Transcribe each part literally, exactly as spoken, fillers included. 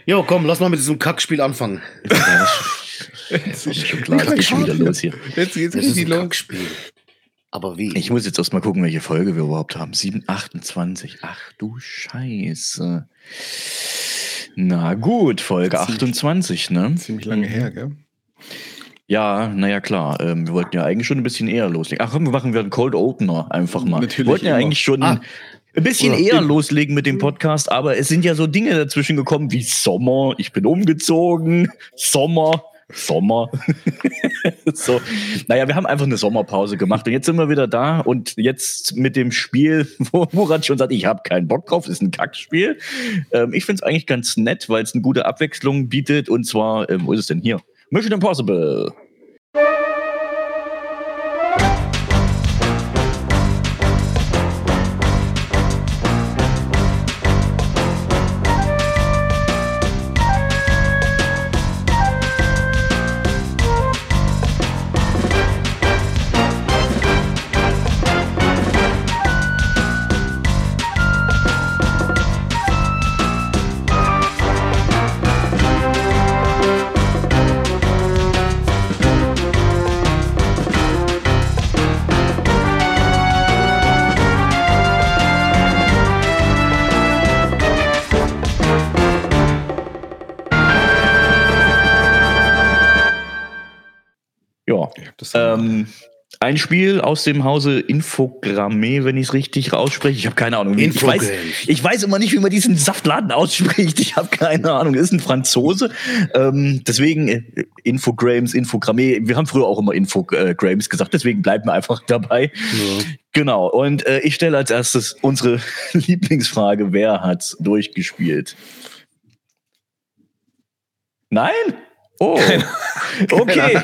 Jo, komm, lass mal mit diesem Kackspiel anfangen. Jetzt ist schon klar, jetzt geht's schon wieder los hier. Jetzt geht's richtig los. Kackspiel. Aber wie? Ich muss jetzt erst mal gucken, welche Folge wir überhaupt haben. sieben, achtundzwanzig. Ach du Scheiße. Na gut, Folge ziemlich, achtundzwanzig, ne? Ziemlich lange her, gell? Ja, naja, klar. Ähm, wir wollten ja eigentlich schon ein bisschen eher loslegen. Ach komm, wir machen wir einen Cold Opener einfach mal. Natürlich wir wollten ja immer. eigentlich schon Ah. ein bisschen Oder eher bin- loslegen mit dem Podcast, aber es sind ja so Dinge dazwischen gekommen wie Sommer, ich bin umgezogen, Sommer, Sommer. So, naja, wir haben einfach eine Sommerpause gemacht und jetzt sind wir wieder da und jetzt mit dem Spiel, wo Murat schon sagt, ich habe keinen Bock drauf, ist ein Kackspiel. Ähm, ich finde es eigentlich ganz nett, weil es eine gute Abwechslung bietet und zwar, ähm, wo ist es denn hier? Mission Impossible. Ja, Das ähm, ein Spiel aus dem Hause Infogramme, wenn ich es richtig rausspreche. Ich habe keine Ahnung. Ich weiß, Infogrames. ich weiß immer nicht, wie man diesen Saftladen ausspricht. Ich habe keine Ahnung. Das ist ein Franzose. Ähm, deswegen äh, Infogrames, Infogramme. Wir haben früher auch immer Infogrames gesagt. Deswegen bleiben wir einfach dabei. Ja. Genau. Und äh, ich stelle als erstes unsere Lieblingsfrage. Wer hat's durchgespielt? Nein? Oh, okay.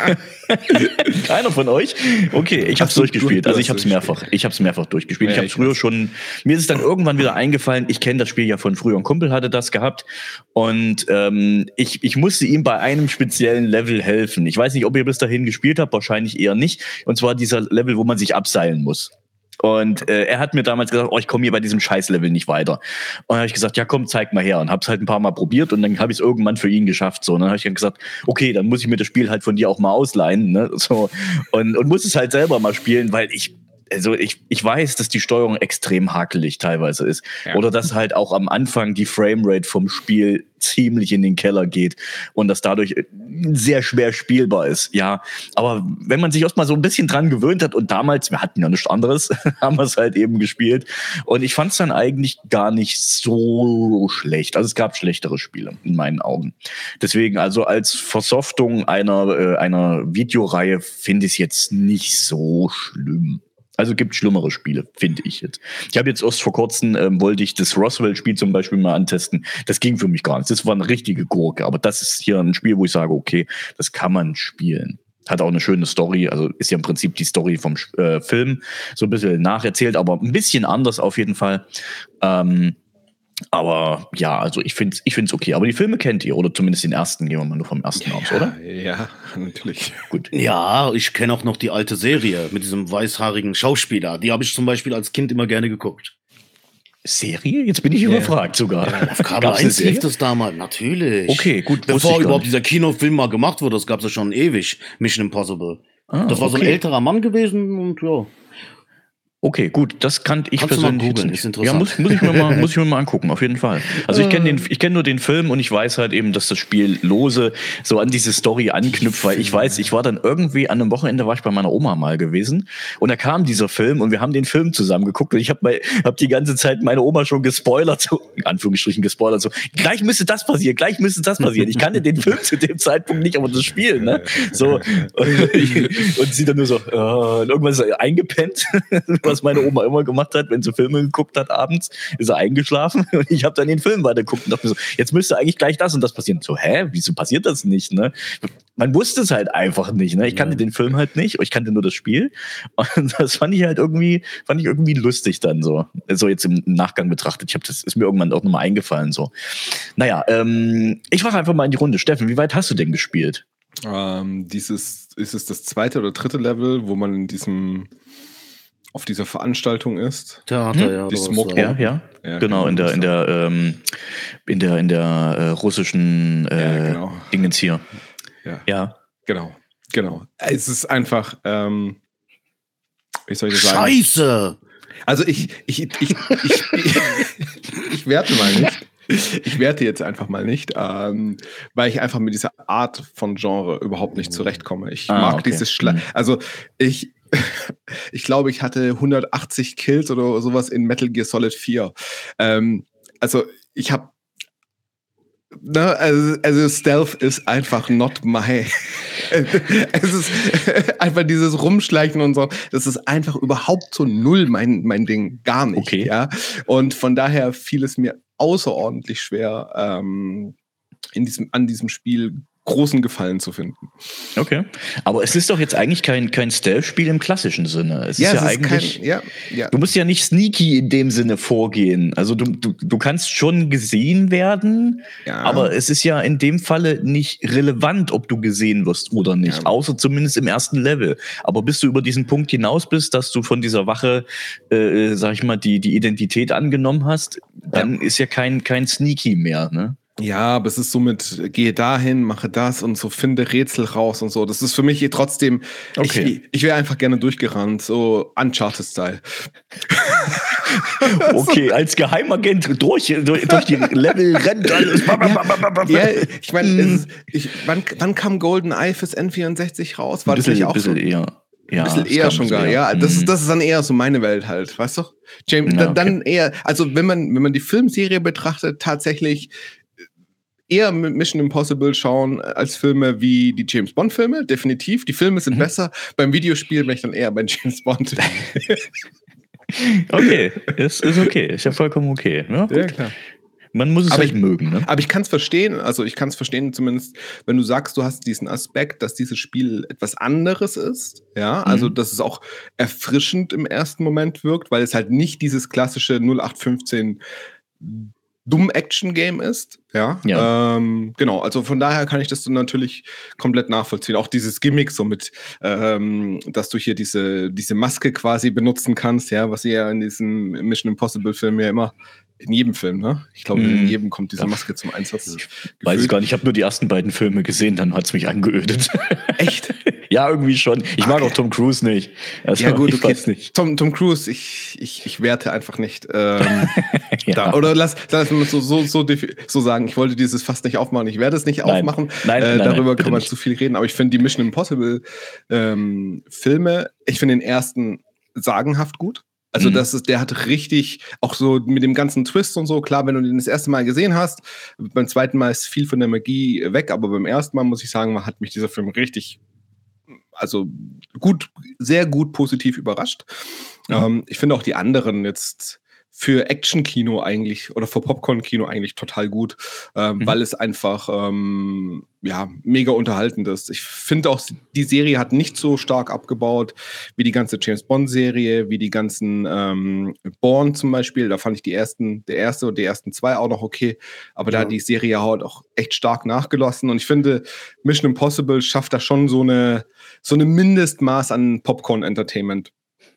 Keiner von euch? Okay, ich habe es Hast du- durchgespielt. du Also ich hast habe es mehrfach. Ich habe es mehrfach durchgespielt. Ja, ich habe ich früher weiß. schon. Mir ist es dann irgendwann wieder eingefallen. Ich kenne das Spiel ja von früher. Ein Kumpel hatte das gehabt und ähm, ich ich musste ihm bei einem speziellen Level helfen. Ich weiß nicht, ob ihr bis dahin gespielt habt. Wahrscheinlich eher nicht. Und zwar dieser Level, wo man sich abseilen muss. Und äh, er hat mir damals gesagt, oh, ich komme hier bei diesem Scheiß-Level nicht weiter. Und dann habe ich gesagt, ja komm, zeig mal her. Und habe es halt ein paar Mal probiert und dann habe ich es irgendwann für ihn geschafft. So, und dann habe ich dann gesagt, okay, dann muss ich mir das Spiel halt von dir auch mal ausleihen. Ne? So, und, und muss es halt selber mal spielen, weil ich also ich, ich weiß, dass die Steuerung extrem hakelig teilweise ist. Ja. Oder dass halt auch am Anfang die Framerate vom Spiel ziemlich in den Keller geht und das dadurch sehr schwer spielbar ist. Ja, aber wenn man sich erst mal so ein bisschen dran gewöhnt hat und damals, wir hatten ja nichts anderes, haben wir es halt eben gespielt. Und ich fand es dann eigentlich gar nicht so schlecht. Also es gab schlechtere Spiele in meinen Augen. Deswegen, also als Versoftung einer, äh, einer Videoreihe finde ich es jetzt nicht so schlimm. Also gibt schlimmere Spiele, finde ich jetzt. Ich habe jetzt erst vor kurzem, ähm, wollte ich das Roswell-Spiel zum Beispiel mal antesten. Das ging für mich gar nicht. Das war eine richtige Gurke. Aber das ist hier ein Spiel, wo ich sage, okay, das kann man spielen. Hat auch eine schöne Story. Also ist ja im Prinzip die Story vom äh, Film. So ein bisschen nacherzählt, aber ein bisschen anders auf jeden Fall. Ähm, aber ja, also ich finde es ich find's okay. Aber die Filme kennt ihr, oder zumindest den ersten, gehen wir mal nur vom ersten aus, oder? Ja, natürlich. Gut. Ja, ich kenne auch noch die alte Serie mit diesem weißhaarigen Schauspieler. Die habe ich zum Beispiel als Kind immer gerne geguckt. Serie? Jetzt bin ich Ja. überfragt sogar. Auf Kabel Gab's eine eins Serie? lief das damals, natürlich. Okay, gut, wusste ich Bevor gar überhaupt nicht. dieser Kinofilm mal gemacht wurde, das gab es ja schon ewig. Mission Impossible. Ah, das war so ein okay. älterer Mann gewesen und ja. Okay, gut, das kannte ich Kannst du mal persönlich jetzt googeln, nicht. ist interessant. Ja, muss, muss ich mir mal, muss ich mir mal angucken, auf jeden Fall. Also ich kenne den, ich kenne nur den Film und ich weiß halt eben, dass das Spiel lose so an diese Story anknüpft, weil ich weiß, ich war dann irgendwie an einem Wochenende war ich bei meiner Oma mal gewesen und da kam dieser Film und wir haben den Film zusammen geguckt und ich habe hab die ganze Zeit meine Oma schon gespoilert, so in Anführungsstrichen gespoilert, so gleich müsste das passieren, gleich müsste das passieren. Ich kannte den Film zu dem Zeitpunkt nicht, aber das Spiel, ne? So und, ich, und sie dann nur so äh, und irgendwas eingepennt, was meine Oma immer gemacht hat, wenn sie Filme geguckt hat abends, ist er eingeschlafen und ich habe dann den Film weitergeguckt und dachte mir so, jetzt müsste eigentlich gleich das und das passieren. So, hä, wieso passiert das nicht, ne? Man wusste es halt einfach nicht, ne? Ich kannte ja. den Film halt nicht, ich kannte nur das Spiel und das fand ich halt irgendwie, fand ich irgendwie lustig dann so, so jetzt im Nachgang betrachtet. Ich habe das ist mir irgendwann auch nochmal eingefallen so. Naja, ähm, ich frage einfach mal in die Runde. Steffen, wie weit hast du denn gespielt? Ähm, dieses, ist es das zweite oder dritte Level, wo man in diesem auf dieser Veranstaltung ist. Theater, Hm? ja. Die oder was, Smoke- Ja, ja, Ja, genau, in der, in der, ähm, in der, in der äh, russischen äh, Ja, genau. Dingens hier. Ja, Ja. genau, genau. Es ist einfach, ähm, wie soll ich das sagen? Scheiße! Also ich, ich, ich, ich, ich, ich werte mal nicht. Ich werte jetzt einfach mal nicht, ähm, weil ich einfach mit dieser Art von Genre überhaupt nicht zurechtkomme. Ich Ah, mag okay. dieses Schla Mhm. Also ich, ich glaube, ich hatte hundertachtzig Kills oder sowas in Metal Gear Solid vier. Ähm, also ich habe Ne, also, also Stealth ist einfach not my. Es ist einfach dieses Rumschleichen und so. Das ist einfach überhaupt so null mein, mein Ding. Gar nicht. Okay. Ja? Und von daher fiel es mir außerordentlich schwer, ähm, in diesem, an diesem Spiel großen Gefallen zu finden. Okay. Aber es ist doch jetzt eigentlich kein, kein Stealth-Spiel im klassischen Sinne. Es ist ja eigentlich. kein. Ja, ja. Du musst ja nicht sneaky in dem Sinne vorgehen. Also du, du, du kannst schon gesehen werden, Ja. aber es ist ja in dem Falle nicht relevant, ob du gesehen wirst oder nicht. Ja. Außer zumindest im ersten Level. Aber bis du über diesen Punkt hinaus bist, dass du von dieser Wache, äh, sag ich mal, die, die Identität angenommen hast, dann Ja. ist ja kein, kein Sneaky mehr, ne? Ja, aber es ist so mit, gehe dahin, mache das und so, finde Rätsel raus und so. Das ist für mich eh trotzdem, Okay. ich, ich wäre einfach gerne durchgerannt, so Uncharted-Style. Okay, als Geheimagent durch, durch, durch die Level rennt alles. Ja, ich meine, Mm. es ist- ich, wann, wann kam GoldenEye fürs N vierundsechzig raus? War Ein das bisschen, nicht auch bisschen so? eher. Ja, Ein bisschen es eher kam schon ein bisschen gar, eher. ja. Das Mhm. ist, das ist dann eher so meine Welt halt, weißt du? James, Ja, dann, dann okay. eher, also wenn man, wenn man die Filmserie betrachtet, tatsächlich eher mit Mission Impossible schauen als Filme wie die James Bond Filme, definitiv. Die Filme sind Mhm. besser. Beim Videospiel bin ich dann eher bei James Bond. Okay, ist, ist okay. Ist ja vollkommen okay. Ja, gut. klar. Man muss es Aber halt ich- mögen, ne? Aber ich kann es verstehen, also ich kann es verstehen zumindest, wenn du sagst, du hast diesen Aspekt, dass dieses Spiel etwas anderes ist, ja, also Mhm. dass es auch erfrischend im ersten Moment wirkt, weil es halt nicht dieses klassische null acht fünfzehn Dumm-Action-Game ist, ja, Ja. Ähm, genau, also von daher kann ich das dann natürlich komplett nachvollziehen, auch dieses Gimmick so mit, ähm, dass du hier diese, diese Maske quasi benutzen kannst, ja, was ihr ja in diesem Mission Impossible-Film ja immer, in jedem Film, ne? Ich glaube, in Mhm. jedem kommt diese Ja. Maske zum Einsatz. Weiß ich gefühlt. gar nicht. Ich habe nur die ersten beiden Filme gesehen, dann hat's mich angeödet. Echt? Ja, irgendwie schon. Ich mag Okay. auch Tom Cruise nicht. Also, Ja, gut, ich okay. weiß nicht. Tom, Tom Cruise, ich, ich, ich werte einfach nicht. Ähm, Ja. da, oder lass, lass uns so, so, so, defi- so sagen, ich wollte dieses fast nicht aufmachen, ich werde es nicht Nein. aufmachen. Nein, äh, nein, nein, darüber bitte kann man nicht. zu viel reden, aber ich finde die Mission Impossible ähm, Filme, ich finde den ersten sagenhaft gut. Also Mhm. das ist, der hat richtig, auch so mit dem ganzen Twist und so, klar, wenn du den das erste Mal gesehen hast, beim zweiten Mal ist viel von der Magie weg, aber beim ersten Mal muss ich sagen, hat mich dieser Film richtig, also gut, sehr gut positiv überrascht. Mhm. Ähm, ich finde auch die anderen jetzt für Action-Kino eigentlich oder für Popcorn-Kino eigentlich total gut, ähm, Mhm. weil es einfach ähm, ja, mega unterhaltend ist. Ich finde auch, die Serie hat nicht so stark abgebaut wie die ganze James-Bond-Serie, wie die ganzen ähm, Bourne zum Beispiel. Da fand ich die ersten, der erste und die ersten zwei auch noch okay, aber da Ja. hat die Serie halt auch echt stark nachgelassen und ich finde, Mission Impossible schafft da schon so eine so eine Mindestmaß an Popcorn-Entertainment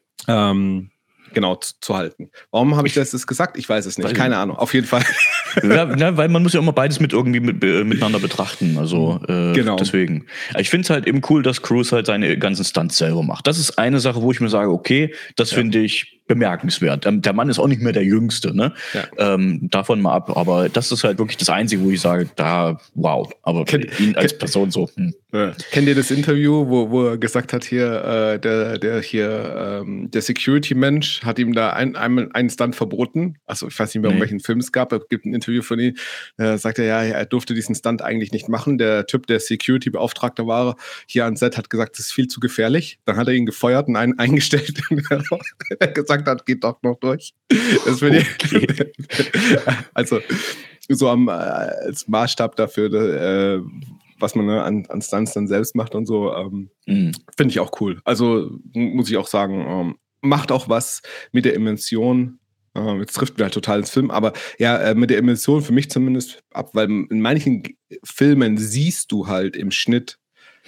ähm, genau zu, zu halten. Warum habe ich das jetzt gesagt? Ich weiß es nicht. Weiß Keine ich Ahnung. Auf jeden Fall. Ja, ne, weil man muss ja immer beides mit irgendwie mit, äh, miteinander betrachten. Also äh, Genau. deswegen. Ich finde es halt eben cool, dass Cruise halt seine ganzen Stunts selber macht. Das ist eine Sache, wo ich mir sage, okay, das Ja. finde ich bemerkenswert. Ähm, Der Mann ist auch nicht mehr der Jüngste, ne? Ja. Ähm, davon mal ab. Aber das ist halt wirklich das Einzige, wo ich sage, da, wow. Aber Kennt- ihn als kennt- Person so. Hm. Ja. Kennt ihr das Interview, wo, wo er gesagt hat, hier, äh, der, der hier, ähm, der Security-Mensch hat ihm da ein, einmal einen Stunt verboten. Also ich weiß nicht mehr, um Nee. welchen Film es gab. Es gibt ein Interview von ihm. Da sagt er, ja, er durfte diesen Stunt eigentlich nicht machen. Der Typ, der Security-Beauftragter war, hier an Set, hat gesagt, das ist viel zu gefährlich. Dann hat er ihn gefeuert und einen eingestellt, der gesagt hat, geht doch noch durch. Das finde Okay. ich. Also so am, äh, als Maßstab dafür, äh, was man ne, an, an Stunts dann selbst macht und so, ähm, Hm. finde ich auch cool. Also mu- muss ich auch sagen, ähm, macht auch was mit der Dimension. Ähm, jetzt trifft mir halt total ins Film, aber ja, äh, mit der Dimension für mich zumindest ab, weil in manchen G- Filmen siehst du halt im Schnitt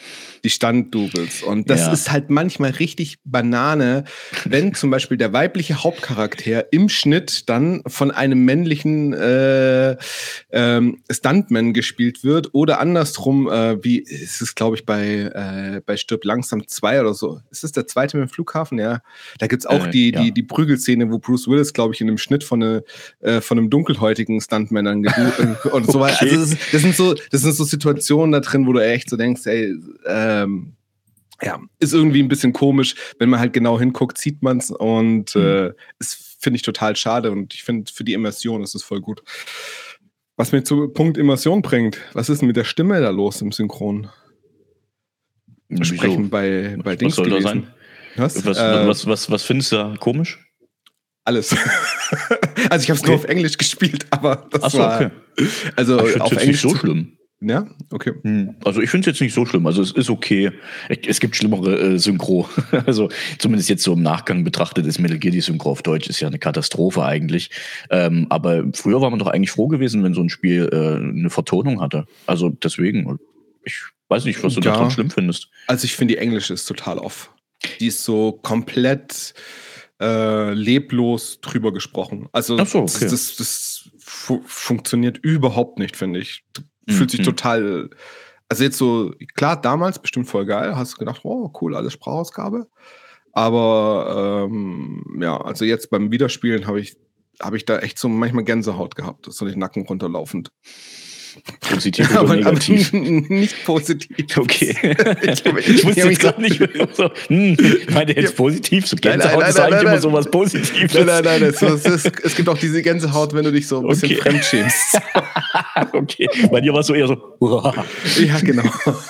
die Standdoubles. Und das Ja. ist halt manchmal richtig Banane, wenn zum Beispiel der weibliche Hauptcharakter im Schnitt dann von einem männlichen äh, ähm, Stuntman gespielt wird oder andersrum, äh, wie ist es, glaube ich, bei, äh, bei Stirb langsam zwei oder so. Ist das der zweite mit dem Flughafen? Ja. Da gibt's auch Äh, die, ja. die, die Prügelszene, wo Bruce Willis, glaube ich, in einem Schnitt von, eine, äh, von einem dunkelhäutigen Stuntman dann gedu- und so weiter. Okay. Also das, ist, das, sind so, das sind so Situationen da drin, wo du echt so denkst, ey, ähm, ja, ist irgendwie ein bisschen komisch. Wenn man halt genau hinguckt, sieht man's und Mhm. äh, ist, finde ich, total schade und ich finde, für die Immersion ist es voll gut. Was mir zu Punkt Immersion bringt, was ist denn mit der Stimme da los im Synchron? Wieso? Sprechen bei, bei Was Dings soll da gewesen. sein? Was? Was, Äh, was, was, was findest du da komisch? Alles. Also ich habe es Okay. nur auf Englisch gespielt, aber das Ach so, war okay. also Ich finde auf es jetzt Englisch nicht so zu- schlimm. Ja, okay. Hm. Also ich finde es jetzt nicht so schlimm. Also es ist okay. Es gibt schlimmere äh, Synchro. Also zumindest jetzt so im Nachgang betrachtet ist Metal Gear die Synchro auf Deutsch ist ja eine Katastrophe eigentlich. Ähm, aber früher war man doch eigentlich froh gewesen, wenn so ein Spiel äh, eine Vertonung hatte. Also deswegen, ich weiß nicht, was du Ja. daran schlimm findest. Also ich finde, die Englische ist total off. Die ist so komplett äh, leblos drüber gesprochen. Also Ach so, okay. das, das, das fu funktioniert überhaupt nicht, finde ich. Mhm. Fühlt sich total, also jetzt so, klar, damals bestimmt voll geil, hast du gedacht, oh cool, alles Sprachausgabe. Aber ähm, ja, also jetzt beim Wiederspielen habe ich, habe ich da echt so manchmal Gänsehaut gehabt, so den Nacken runterlaufend. Positiv oder aber, aber negativ? nicht positiv. Okay. Ich, Ich wusste hab jetzt gar nicht, so, hm, meint er jetzt positiv? So Nein, nein, Gänsehaut nein, ist nein, eigentlich nein, immer nein. sowas Positives. Nein, nein, nein, es, es, ist, es gibt auch diese Gänsehaut, wenn du dich so ein bisschen Okay. fremdschämst. Okay, bei dir war es so eher so, uah. Ja, genau.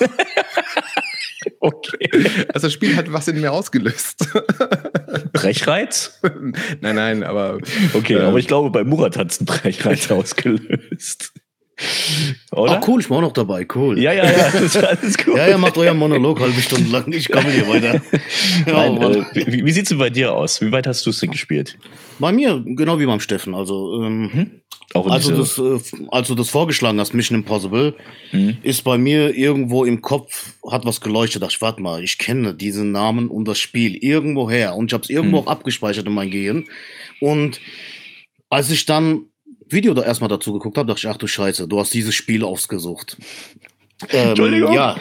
Okay. Also das Spiel hat was in mir ausgelöst. Brechreiz? Nein, nein, aber Okay, Ähm. aber ich glaube, bei Murat hat es einen Brechreiz ausgelöst. Oder? Ach cool, ich war auch noch dabei, cool. Ja, ja, ja, das ist alles gut. Ja, ja, macht euer Monolog halbe Stunde lang. Ich komme hier weiter. Ja, Nein, Mann. äh, wie, wie sieht's denn bei dir aus? Wie weit hast du es denn gespielt? Bei mir, genau wie beim Steffen. Also, ähm, Auch in als, du diese- das, äh, als du das vorgeschlagen hast, Mission Impossible, Mhm. ist bei mir irgendwo im Kopf, hat was geleuchtet. Dachte ich, warte mal, ich kenne diesen Namen und das Spiel irgendwo her. Und ich habe es irgendwo Mhm. auch abgespeichert in mein Gehirn. Und als ich dann Video da erstmal dazu geguckt habe, dachte ich, ach du Scheiße, du hast dieses Spiel ausgesucht. Ähm, Entschuldigung. Ja.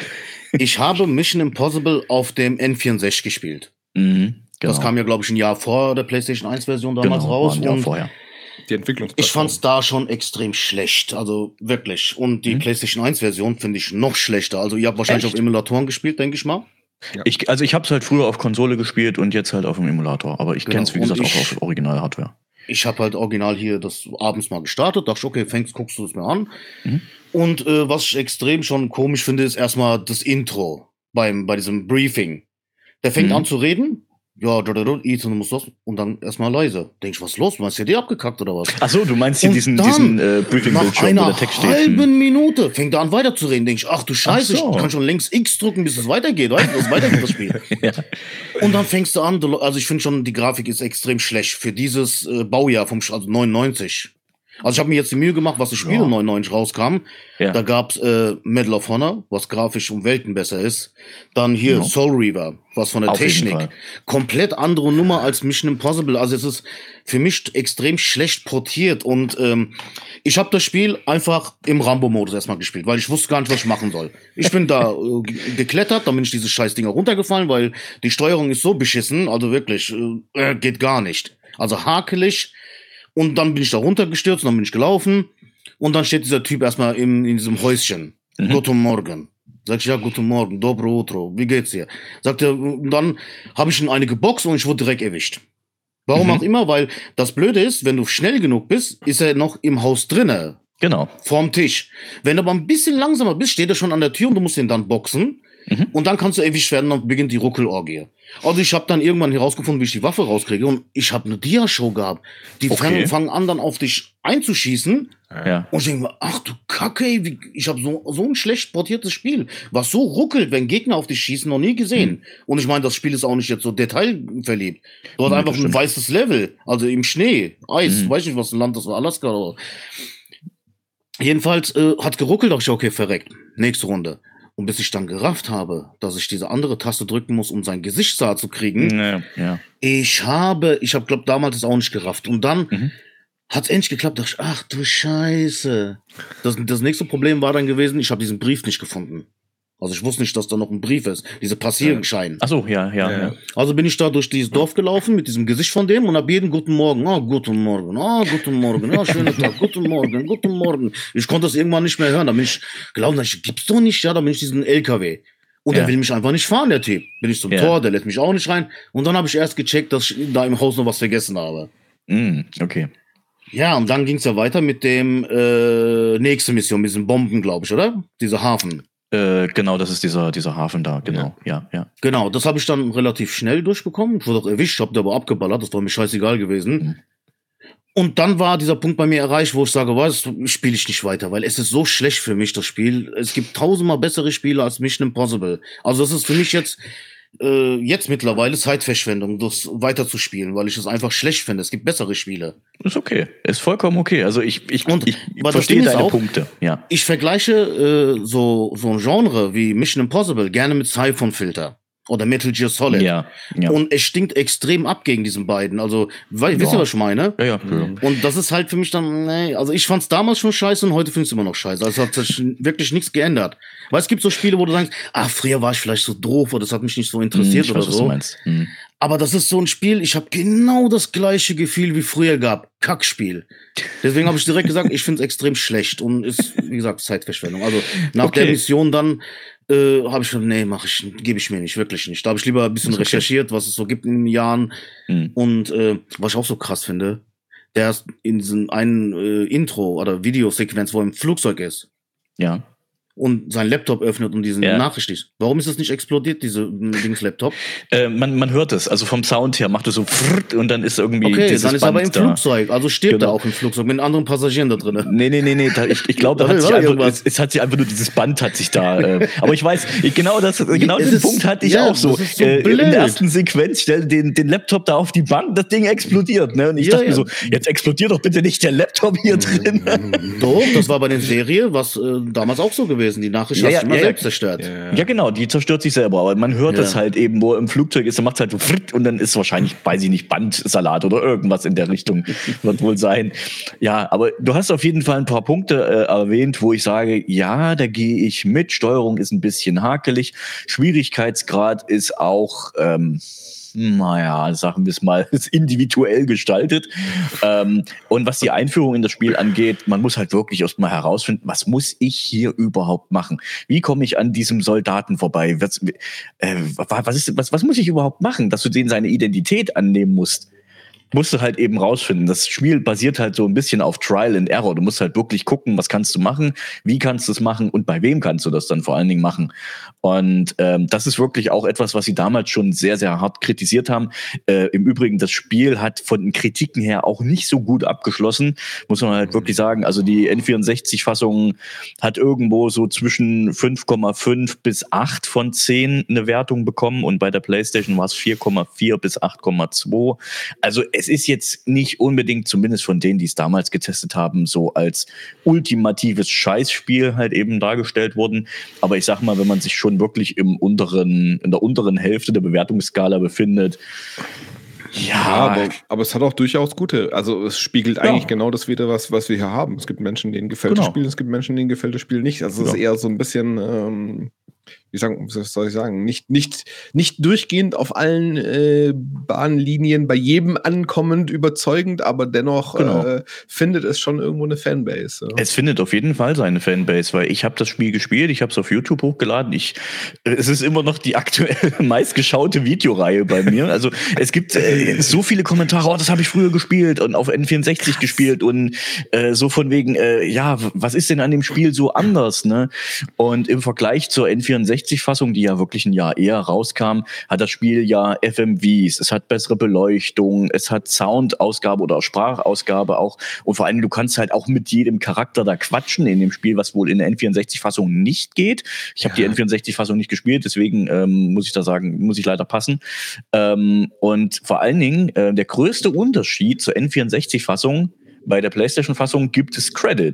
Ich habe Mission Impossible auf dem N vierundsechzig gespielt. Mhm, genau. Das kam ja, glaube ich, ein Jahr vor der PlayStation eins Version damals genau, raus. war ein Jahr Und vorher. die Entwicklungsplattform. ich fand's da schon extrem schlecht, also wirklich. Und die Mhm. PlayStation eins Version finde ich noch schlechter. Also ihr habt wahrscheinlich Echt? auf Emulatoren gespielt, denke ich mal. Ich, also ich habe es halt früher auf Konsole gespielt und jetzt halt auf dem Emulator. Aber ich Genau. kenne es, wie Und gesagt, ich- auch auf Original-Hardware. Ich habe halt original hier das abends mal gestartet, dachte ich, okay, fängst, guckst du es mir an. Mhm. Und äh, was ich extrem schon komisch finde, ist erstmal das Intro beim, bei diesem Briefing. Der fängt Mhm. an zu reden. Ja, da, da, da, Ethan, du musst das. Und dann erstmal leise. Denk ich, was ist los? Du hast ja die abgekackt oder was? Ach so, du meinst hier Und diesen, dann, diesen äh, Nach Briefing-Bildschirm, wo einer der Text steht. Hm. halben Minute fängt er an weiterzureden. Denk ich, ach du Scheiße, Ach so. ich kann schon längst X drücken, bis es weitergeht. Weißt du, was weitergeht, das Spiel. Ja. Und dann fängst du an, du- also ich finde schon, die Grafik ist extrem schlecht für dieses äh, Baujahr vom Sch- also neunundneunzig. Also ich habe mir jetzt die Mühe gemacht, was das Spiel Ja. um neunundneunzig rauskam. Ja. Da gab's äh, Medal of Honor, was grafisch um Welten besser ist. Dann hier Ja. Soul Reaver, was von der Auf jeden Technik. Fall. Komplett andere Nummer als Mission Impossible. Also es ist für mich extrem schlecht portiert. Und ähm, ich habe das Spiel einfach im Rambo-Modus erstmal gespielt, weil ich wusste gar nicht, was ich machen soll. Ich bin da äh, ge- geklettert, dann bin ich diese scheiß Dinger runtergefallen, weil die Steuerung ist so beschissen, also wirklich, äh, äh, geht gar nicht. Also hakelig. Und dann bin ich da runtergestürzt, und dann bin ich gelaufen. Und dann steht dieser Typ erstmal in, in diesem Häuschen. Mhm. Guten Morgen. Sag ich, ja, guten Morgen, dobro utro, wie geht's dir? Sagt er, und dann habe ich ihn eine geboxt und ich wurde direkt erwischt. Warum Mhm. auch immer, weil das Blöde ist, wenn du schnell genug bist, ist er noch im Haus drinne, Genau. vorm Tisch. Wenn du aber ein bisschen langsamer bist, steht er schon an der Tür und du musst ihn dann boxen. Mhm. Und dann kannst du erwischt werden und beginnt die Ruckelorgie. Also ich habe dann irgendwann herausgefunden, wie ich die Waffe rauskriege und ich habe eine Dia-Show gehabt. Die Okay. fangen, fangen an dann auf dich einzuschießen Ja. und ich denke mir, ach du Kacke, ey, wie, ich habe so, so ein schlecht portiertes Spiel, was so ruckelt, wenn Gegner auf dich schießen, noch nie gesehen. Mhm. Und ich meine, das Spiel ist auch nicht jetzt so detailverliebt. Du hast Nee, einfach das ein stimmt. weißes Level, also im Schnee, Eis, Mhm. weiß nicht, was ein Land das war, Alaska oder. Jedenfalls äh, hat geruckelt, dachte ich, okay, verreckt. Nächste Runde. Und bis ich dann gerafft habe, dass ich diese andere Taste drücken muss, um sein Gesicht da zu kriegen, Ja, ja. ich habe, ich habe, glaube damals es auch nicht gerafft. Und dann Mhm. hat es endlich geklappt. Dachte ich, ach du Scheiße. Das, das nächste Problem war dann gewesen, ich habe diesen Brief nicht gefunden. Also ich wusste nicht, dass da noch ein Brief ist. Diese Passierschein. Ach so, ja, ja, Ja. ja. Also bin ich da durch dieses Dorf gelaufen mit diesem Gesicht von dem und hab jeden guten Morgen, ah, guten Morgen, ah, guten Morgen, ah, schönen Tag, guten Morgen, guten Morgen. Ich konnte das irgendwann nicht mehr hören. Da bin ich gelaufen, da ich, gibt's doch nicht, ja, da bin ich diesen L K W. Und Ja. der will mich einfach nicht fahren, der Typ. Bin ich zum Ja. Tor, der lässt mich auch nicht rein. Und dann habe ich erst gecheckt, dass ich da im Haus noch was vergessen habe. Mm, okay. Ja, und dann ging's ja weiter mit dem äh, nächste Mission, mit diesen Bomben, glaube ich, oder? Dieser Hafen. Äh, genau, das ist dieser, dieser Hafen da, genau. Ja, ja. Genau, das habe ich dann relativ schnell durchbekommen. Ich wurde auch erwischt, hab da aber abgeballert, das war mir scheißegal gewesen. Mhm. Und dann war dieser Punkt bei mir erreicht, wo ich sage, was, spiele ich nicht weiter, weil es ist so schlecht für mich, das Spiel. Es gibt tausendmal bessere Spiele als Mission Impossible. Also das ist für mich jetzt, äh, jetzt mittlerweile Zeitverschwendung, das weiter zu spielen, weil ich es einfach schlecht finde. Es gibt bessere Spiele. Ist okay. Ist vollkommen okay. Also ich, ich, Und- ich aber das verstehe Ding ist deine auch- Punkte. Ja. Ich vergleiche äh, so, so ein Genre wie Mission Impossible gerne mit Siphon-Filter oder Metal Gear Solid. Ja, ja. Und es stinkt extrem ab gegen diesen beiden. Also, weil, wisst ihr, Ja. was ich meine? ja, ja, ja. Und das ist halt für mich dann, nee, also ich fand's damals schon scheiße und heute find's immer noch scheiße. Also es hat sich wirklich nichts geändert. Weil es gibt so Spiele, wo du sagst, ah, früher war ich vielleicht so doof oder das hat mich nicht so interessiert ich oder weiß, was du so. meinst. Hm. Aber das ist so ein Spiel, ich habe genau das gleiche Gefühl wie früher gab. Kackspiel. Deswegen habe ich direkt gesagt, ich find's extrem schlecht und ist, wie gesagt, Zeitverschwendung. Also nach Okay. der Mission dann äh, habe ich schon, nee, mach ich, gebe ich mir nicht, wirklich nicht. Da habe ich lieber ein bisschen Ist okay. recherchiert, was es so gibt in den Jahren. Hm. Und äh, was ich auch so krass finde, der ist in diesem einen äh, Intro oder Videosequenz, wo er im Flugzeug ist Ja. und seinen Laptop öffnet und diesen Ja. Nachricht liest. Warum ist das nicht explodiert, diese äh, Dings-Laptop? Äh, man, man hört es, also vom Sound her macht es so frrrt und dann ist irgendwie Okay, dieses dann ist er Band aber im da. Flugzeug, also stirbt Genau. er auch im Flugzeug mit anderen Passagieren da drin. Nee, nee, nee, nee, da, ich, ich glaube, da Da hat sich war einfach, irgendwas. es, es hat sich einfach nur dieses Band hat sich da, äh, aber ich weiß, ich, genau das, genau Es den ist- Punkt hatte ich ja, auch so, das ist so äh, in blöd. der ersten Sequenz, stell den, den Laptop da auf die Bank, das Ding explodiert, ne, und ich Ja, dachte mir ja. so, jetzt explodiert doch bitte nicht der Laptop hier drin. Doch, das war bei der Serie, was äh, damals auch so gewesen. Die Nachricht Ja, hat ja, sich immer ja, ja. selbst zerstört. Ja, genau, die zerstört sich selber, aber man hört Ja. es halt eben, wo er im Flugzeug ist, dann macht es halt so fritt und dann ist wahrscheinlich, weiß ich nicht, Bandsalat oder irgendwas in der Richtung, wird wohl sein. Ja, aber du hast auf jeden Fall ein paar Punkte äh, erwähnt, wo ich sage, ja, da gehe ich mit, Steuerung ist ein bisschen hakelig, Schwierigkeitsgrad ist auch, ähm, naja, sagen wir es mal, ist individuell gestaltet. Ähm, und was die Einführung in das Spiel angeht, man muss halt wirklich erst mal herausfinden, was muss ich hier überhaupt machen? Wie komme ich an diesem Soldaten vorbei? Was, äh, was, ist, was, was muss ich überhaupt machen, dass du den seine Identität annehmen musst? Musst du halt eben rausfinden. Das Spiel basiert halt so ein bisschen auf Trial and Error. Du musst halt wirklich gucken, was kannst du machen, wie kannst du es machen und bei wem kannst du das dann vor allen Dingen machen. Und ähm, das ist wirklich auch etwas, was sie damals schon sehr, sehr hart kritisiert haben. Äh, Im Übrigen, das Spiel hat von den Kritiken her auch nicht so gut abgeschlossen, muss man halt wirklich sagen. Also die N vierundsechzig-Fassung hat irgendwo so zwischen fünf Komma fünf bis acht von zehn eine Wertung bekommen und bei der PlayStation war es vier Komma vier bis acht Komma zwei. Also es ist jetzt nicht unbedingt, zumindest von denen, die es damals getestet haben, so als ultimatives Scheißspiel halt eben dargestellt worden. Aber ich sag mal, wenn man sich schon wirklich im unteren, in der unteren Hälfte der Bewertungsskala befindet, Ja, ja, aber, aber es hat auch durchaus gute. Also es spiegelt Ja. eigentlich genau das wieder, was, was wir hier haben. Es gibt Menschen, denen gefällt das Genau. Spiel, es gibt Menschen, denen gefällt das Spiel nicht. Also es ist Ja. eher so ein bisschen, ähm, wie sagen, was soll ich sagen, nicht, nicht, nicht durchgehend auf allen äh, Bahnlinien, bei jedem ankommend überzeugend, aber dennoch Genau. äh, findet es schon irgendwo eine Fanbase. Ja. es findet auf jeden Fall seine Fanbase, weil ich habe das Spiel gespielt, ich habe es auf YouTube hochgeladen. Ich, es ist immer noch die aktuell meistgeschaute Videoreihe bei mir. Also es gibt äh, so viele Kommentare, oh, das habe ich früher gespielt und auf N vierundsechzig gespielt und äh, so von wegen, äh, ja, was ist denn an dem Spiel so anders, ne? Und im Vergleich zur N vierundsechzig-Fassung, die ja wirklich ein Jahr eher rauskam, hat das Spiel ja F M Vs, es hat bessere Beleuchtung, es hat Soundausgabe oder Sprachausgabe auch und vor allem, du kannst halt auch mit jedem Charakter da quatschen in dem Spiel, was wohl in der N vierundsechzig-Fassung nicht geht. Ich habe die N vierundsechzig-Fassung nicht gespielt, deswegen ähm, muss ich da sagen, muss ich leider passen. Ähm, und vor allen Dingen, äh, der größte Unterschied zur N vierundsechzig-Fassung, bei der PlayStation-Fassung gibt es Credits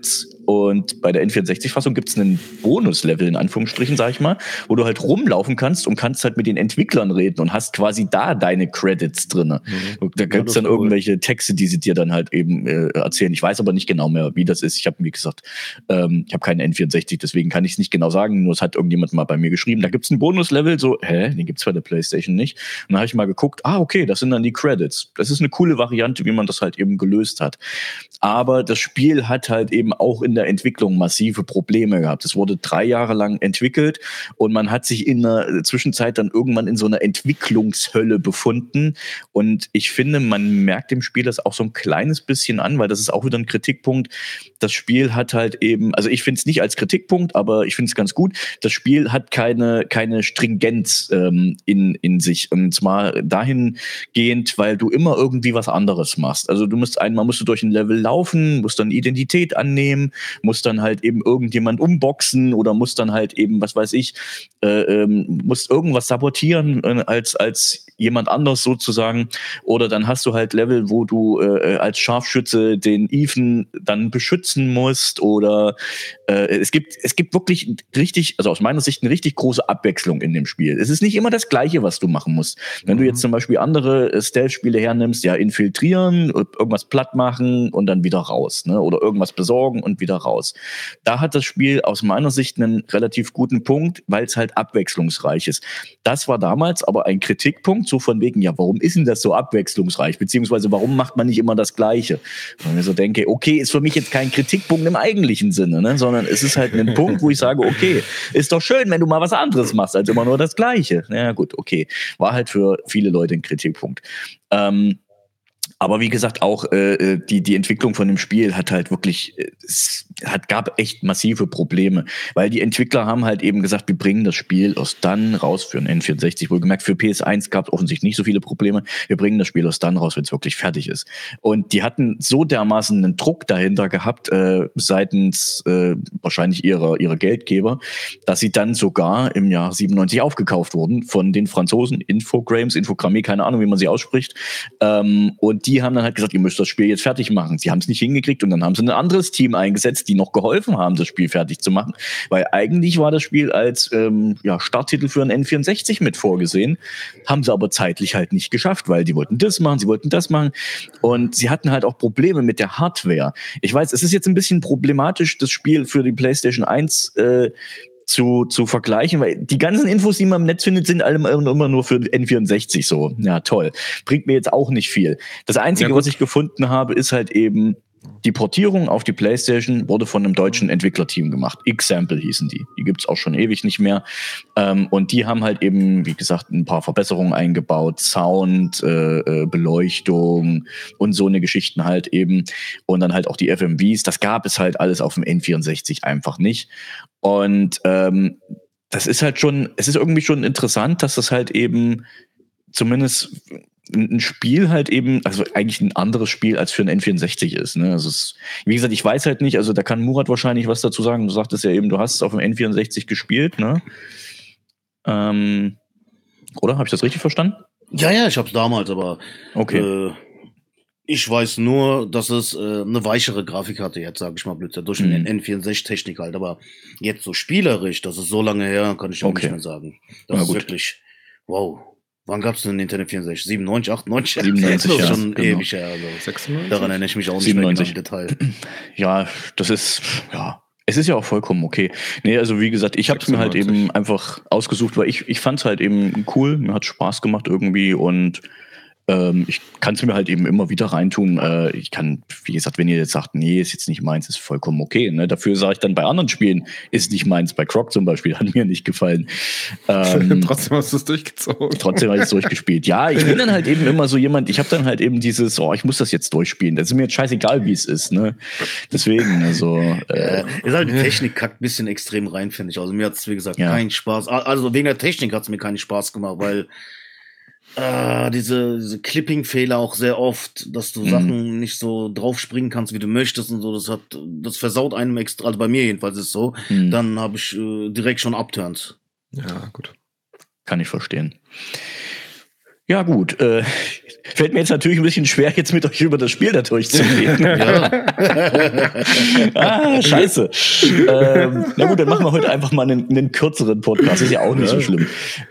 und bei der N vierundsechzig-Fassung gibt es einen Bonuslevel, in Anführungsstrichen, sag ich mal, wo du halt rumlaufen kannst und kannst halt mit den Entwicklern reden und hast quasi da deine Credits drin. Mhm. Da gibt es ja, dann cool. irgendwelche Texte, die sie dir dann halt eben äh, erzählen. Ich weiß aber nicht genau mehr, wie das ist. Ich habe, wie gesagt, ähm, ich habe keine N vierundsechzig, deswegen kann ich es nicht genau sagen, nur es hat irgendjemand mal bei mir geschrieben, da gibt es einen Bonuslevel, so, hä, den gibt's bei der PlayStation nicht. Und dann habe ich mal geguckt, ah, okay, das sind dann die Credits. Das ist eine coole Variante, wie man das halt eben gelöst hat. Aber das Spiel hat halt eben auch in der Entwicklung massive Probleme gehabt. Es wurde drei Jahre lang entwickelt und man hat sich in der Zwischenzeit dann irgendwann in so einer Entwicklungshölle befunden. Und ich finde, man merkt dem Spiel das auch so ein kleines bisschen an, weil das ist auch wieder ein Kritikpunkt. Das Spiel hat halt eben, also ich finde es nicht als Kritikpunkt, aber ich finde es ganz gut. Das Spiel hat keine, keine Stringenz ähm, in, in sich. Und zwar dahingehend, weil du immer irgendwie was anderes machst. Also du musst einmal musst du durch ein Level laufen, musst dann Identität annehmen, musst dann halt eben irgendjemand umboxen oder musst dann halt eben, was weiß ich, äh, ähm, musst irgendwas sabotieren äh, als, als jemand anders sozusagen. Oder dann hast du halt Level, wo du äh, als Scharfschütze den Ethan dann beschützen musst. Oder äh, es gibt es gibt wirklich richtig, also aus meiner Sicht eine richtig große Abwechslung in dem Spiel. Es ist nicht immer das Gleiche, was du machen musst. Wenn mhm. du jetzt zum Beispiel andere äh, Stealth-Spiele hernimmst, ja, infiltrieren, irgendwas platt machen und dann wieder raus, ne? Oder irgendwas besorgen und wieder raus. Da hat das Spiel aus meiner Sicht einen relativ guten Punkt, weil es halt abwechslungsreich ist. Das war damals aber ein Kritikpunkt, so von wegen, ja, warum ist denn das so abwechslungsreich? Beziehungsweise, warum macht man nicht immer das Gleiche? Und ich so denke, okay, ist für mich jetzt kein Kritikpunkt im eigentlichen Sinne, ne? Sondern es ist halt ein Punkt, wo ich sage, okay, ist doch schön, wenn du mal was anderes machst, als immer nur das Gleiche. Ja gut, okay. War halt für viele Leute ein Kritikpunkt. Ähm, Aber wie gesagt, auch äh, die die Entwicklung von dem Spiel hat halt wirklich, es hat gab echt massive Probleme, weil die Entwickler haben halt eben gesagt, wir bringen das Spiel erst dann raus für ein N vierundsechzig. Wohlgemerkt, für P S eins gab es offensichtlich nicht so viele Probleme. Wir bringen das Spiel erst dann raus, wenn es wirklich fertig ist. Und die hatten so dermaßen einen Druck dahinter gehabt, äh, seitens äh, wahrscheinlich ihrer ihrer Geldgeber, dass sie dann sogar im Jahr siebenundneunzig aufgekauft wurden von den Franzosen, Infogrames, Infogrammé, keine Ahnung, wie man sie ausspricht. Ähm, und die haben dann halt gesagt, ihr müsst das Spiel jetzt fertig machen. Sie haben es nicht hingekriegt und dann haben sie ein anderes Team eingesetzt, die noch geholfen haben, das Spiel fertig zu machen. Weil eigentlich war das Spiel als ähm, ja, Starttitel für ein N vierundsechzig mit vorgesehen, haben sie aber zeitlich halt nicht geschafft, weil die wollten das machen, sie wollten das machen und sie hatten halt auch Probleme mit der Hardware. Ich weiß, es ist jetzt ein bisschen problematisch, das Spiel für die PlayStation eins äh, zu, zu vergleichen, weil die ganzen Infos, die man im Netz findet, sind alle immer nur für N vierundsechzig so. Ja, toll. Bringt mir jetzt auch nicht viel. Das Einzige, ja, was ich gefunden habe, ist halt eben, die Portierung auf die PlayStation wurde von einem deutschen Entwicklerteam gemacht. Example hießen die. Die gibt's auch schon ewig nicht mehr. Ähm, und die haben halt eben, wie gesagt, ein paar Verbesserungen eingebaut. Sound, äh, Beleuchtung und so eine Geschichten halt eben. Und dann halt auch die F M Vs. Das gab es halt alles auf dem N vierundsechzig einfach nicht. Und ähm, das ist halt schon, es ist irgendwie schon interessant, dass das halt eben zumindest ein Spiel halt eben, also eigentlich ein anderes Spiel als für ein N vierundsechzig ist. Ne? Also es, wie gesagt, ich weiß halt nicht, also da kann Murat wahrscheinlich was dazu sagen. Du sagtest ja eben, du hast es auf dem N vierundsechzig gespielt, ne? Ähm, oder? Habe ich das richtig verstanden? Ja, ja, ich hab's damals, aber okay. Äh, ich weiß nur, dass es äh, eine weichere Grafik hatte, jetzt sage ich mal blöd, durch eine mhm. N vierundsechzig-Technik halt. Aber jetzt so spielerisch, das ist so lange her, kann ich auch okay. nicht mehr sagen. Das Na, ist gut. wirklich, wow. Wann gab's denn Nintendo vierundsechzig? siebenundneunzig, achtundneunzig? siebenundneunzig, das ist ja, schon genau. ewig her. Also sechsundneunzig? Daran erinnere ich mich auch nicht siebenundneunzig. mehr genau im Detail. Ja, das ist, ja, es ist ja auch vollkommen okay. Nee, also wie gesagt, ich habe es mir halt eben einfach ausgesucht, weil ich, ich fand es halt eben cool, mir hat Spaß gemacht irgendwie und ähm, ich kann es mir halt eben immer wieder reintun. Äh, ich kann, wie gesagt, wenn ihr jetzt sagt, nee, ist jetzt nicht meins, ist vollkommen okay. Ne? Dafür sage ich dann bei anderen Spielen, ist nicht meins. Bei Croc zum Beispiel hat mir nicht gefallen. Ähm, trotzdem hast du es durchgezogen. Trotzdem habe ich es durchgespielt. Ja, ich bin dann halt eben immer so jemand, ich habe dann halt eben dieses, oh, ich muss das jetzt durchspielen. Das ist mir jetzt scheißegal, wie es ist. Ne? Deswegen, also. Äh, ist halt, die Technik kackt ein bisschen extrem rein, finde ich. Also mir hat es, wie gesagt, ja. keinen Spaß. Also wegen der Technik hat es mir keinen Spaß gemacht, weil Äh, diese, diese Clipping-Fehler auch sehr oft, dass du mhm. Sachen nicht so draufspringen kannst, wie du möchtest und so, das hat, das versaut einem extra, also bei mir jedenfalls ist es so, mhm. dann habe ich äh, direkt schon abturnt. Ja, gut. Kann ich verstehen. Ja, gut. Äh, fällt mir jetzt natürlich ein bisschen schwer, jetzt mit euch über das Spiel da durchzureden. Ja. ah, scheiße. ähm, na gut, dann machen wir heute einfach mal einen, einen kürzeren Podcast. Ist ja auch nicht so schlimm.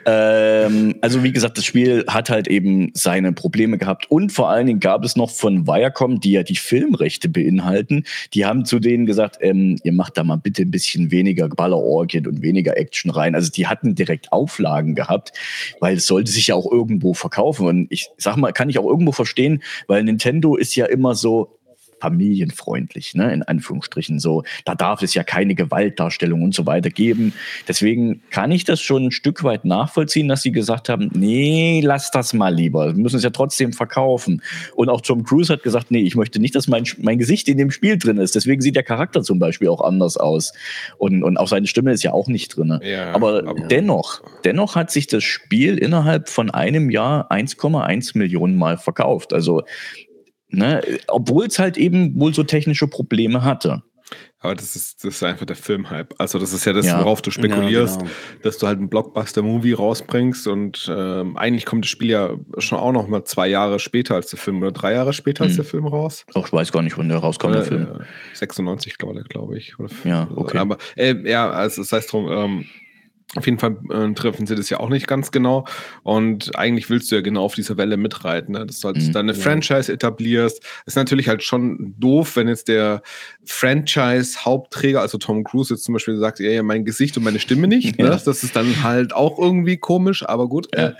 Ähm, also wie gesagt, das Spiel hat halt eben seine Probleme gehabt. Und vor allen Dingen gab es noch von Viacom, die ja die Filmrechte beinhalten, die haben zu denen gesagt, ähm, ihr macht da mal bitte ein bisschen weniger Ballerorgien und weniger Action rein. Also die hatten direkt Auflagen gehabt, weil es sollte sich ja auch irgendwo verkaufen. Und ich sag mal, kann ich auch irgendwo verstehen, weil Nintendo ist ja immer so familienfreundlich, ne, in Anführungsstrichen so. Da darf es ja keine Gewaltdarstellung und so weiter geben. Deswegen kann ich das schon ein Stück weit nachvollziehen, dass sie gesagt haben, nee, lass das mal lieber. Wir müssen es ja trotzdem verkaufen. Und auch Tom Cruise hat gesagt, nee, ich möchte nicht, dass mein, mein Gesicht in dem Spiel drin ist. Deswegen sieht der Charakter zum Beispiel auch anders aus. Und, und auch seine Stimme ist ja auch nicht drin. Ja, aber, aber dennoch, dennoch hat sich das Spiel innerhalb von einem Jahr eins Komma eins Millionen Mal verkauft. Also Ne, obwohl es halt eben wohl so technische Probleme hatte. Aber das ist, das ist einfach der Filmhype. Also das ist ja das, ja. worauf du spekulierst, ja, genau. dass du halt einen Blockbuster-Movie rausbringst und ähm, eigentlich kommt das Spiel ja schon auch noch mal zwei Jahre später als der Film oder drei Jahre später hm. als der Film raus. Auch ich weiß gar nicht, wann der rauskommt, der Film. Äh, sechsundneunzig, glaube glaub ich. Oder ja, okay. Aber äh, ja, also das heißt drum, ähm, auf jeden Fall äh, treffen sie das ja auch nicht ganz genau. Und eigentlich willst du ja genau auf dieser Welle mitreiten, ne? Dass du halt mhm. dann eine ja. Franchise etablierst. Ist natürlich halt schon doof, wenn jetzt der Franchise-Hauptträger, also Tom Cruise jetzt zum Beispiel sagt, ja, ja, mein Gesicht und meine Stimme nicht. Ja. Ne? Das ist dann halt auch irgendwie komisch, aber gut. Ja.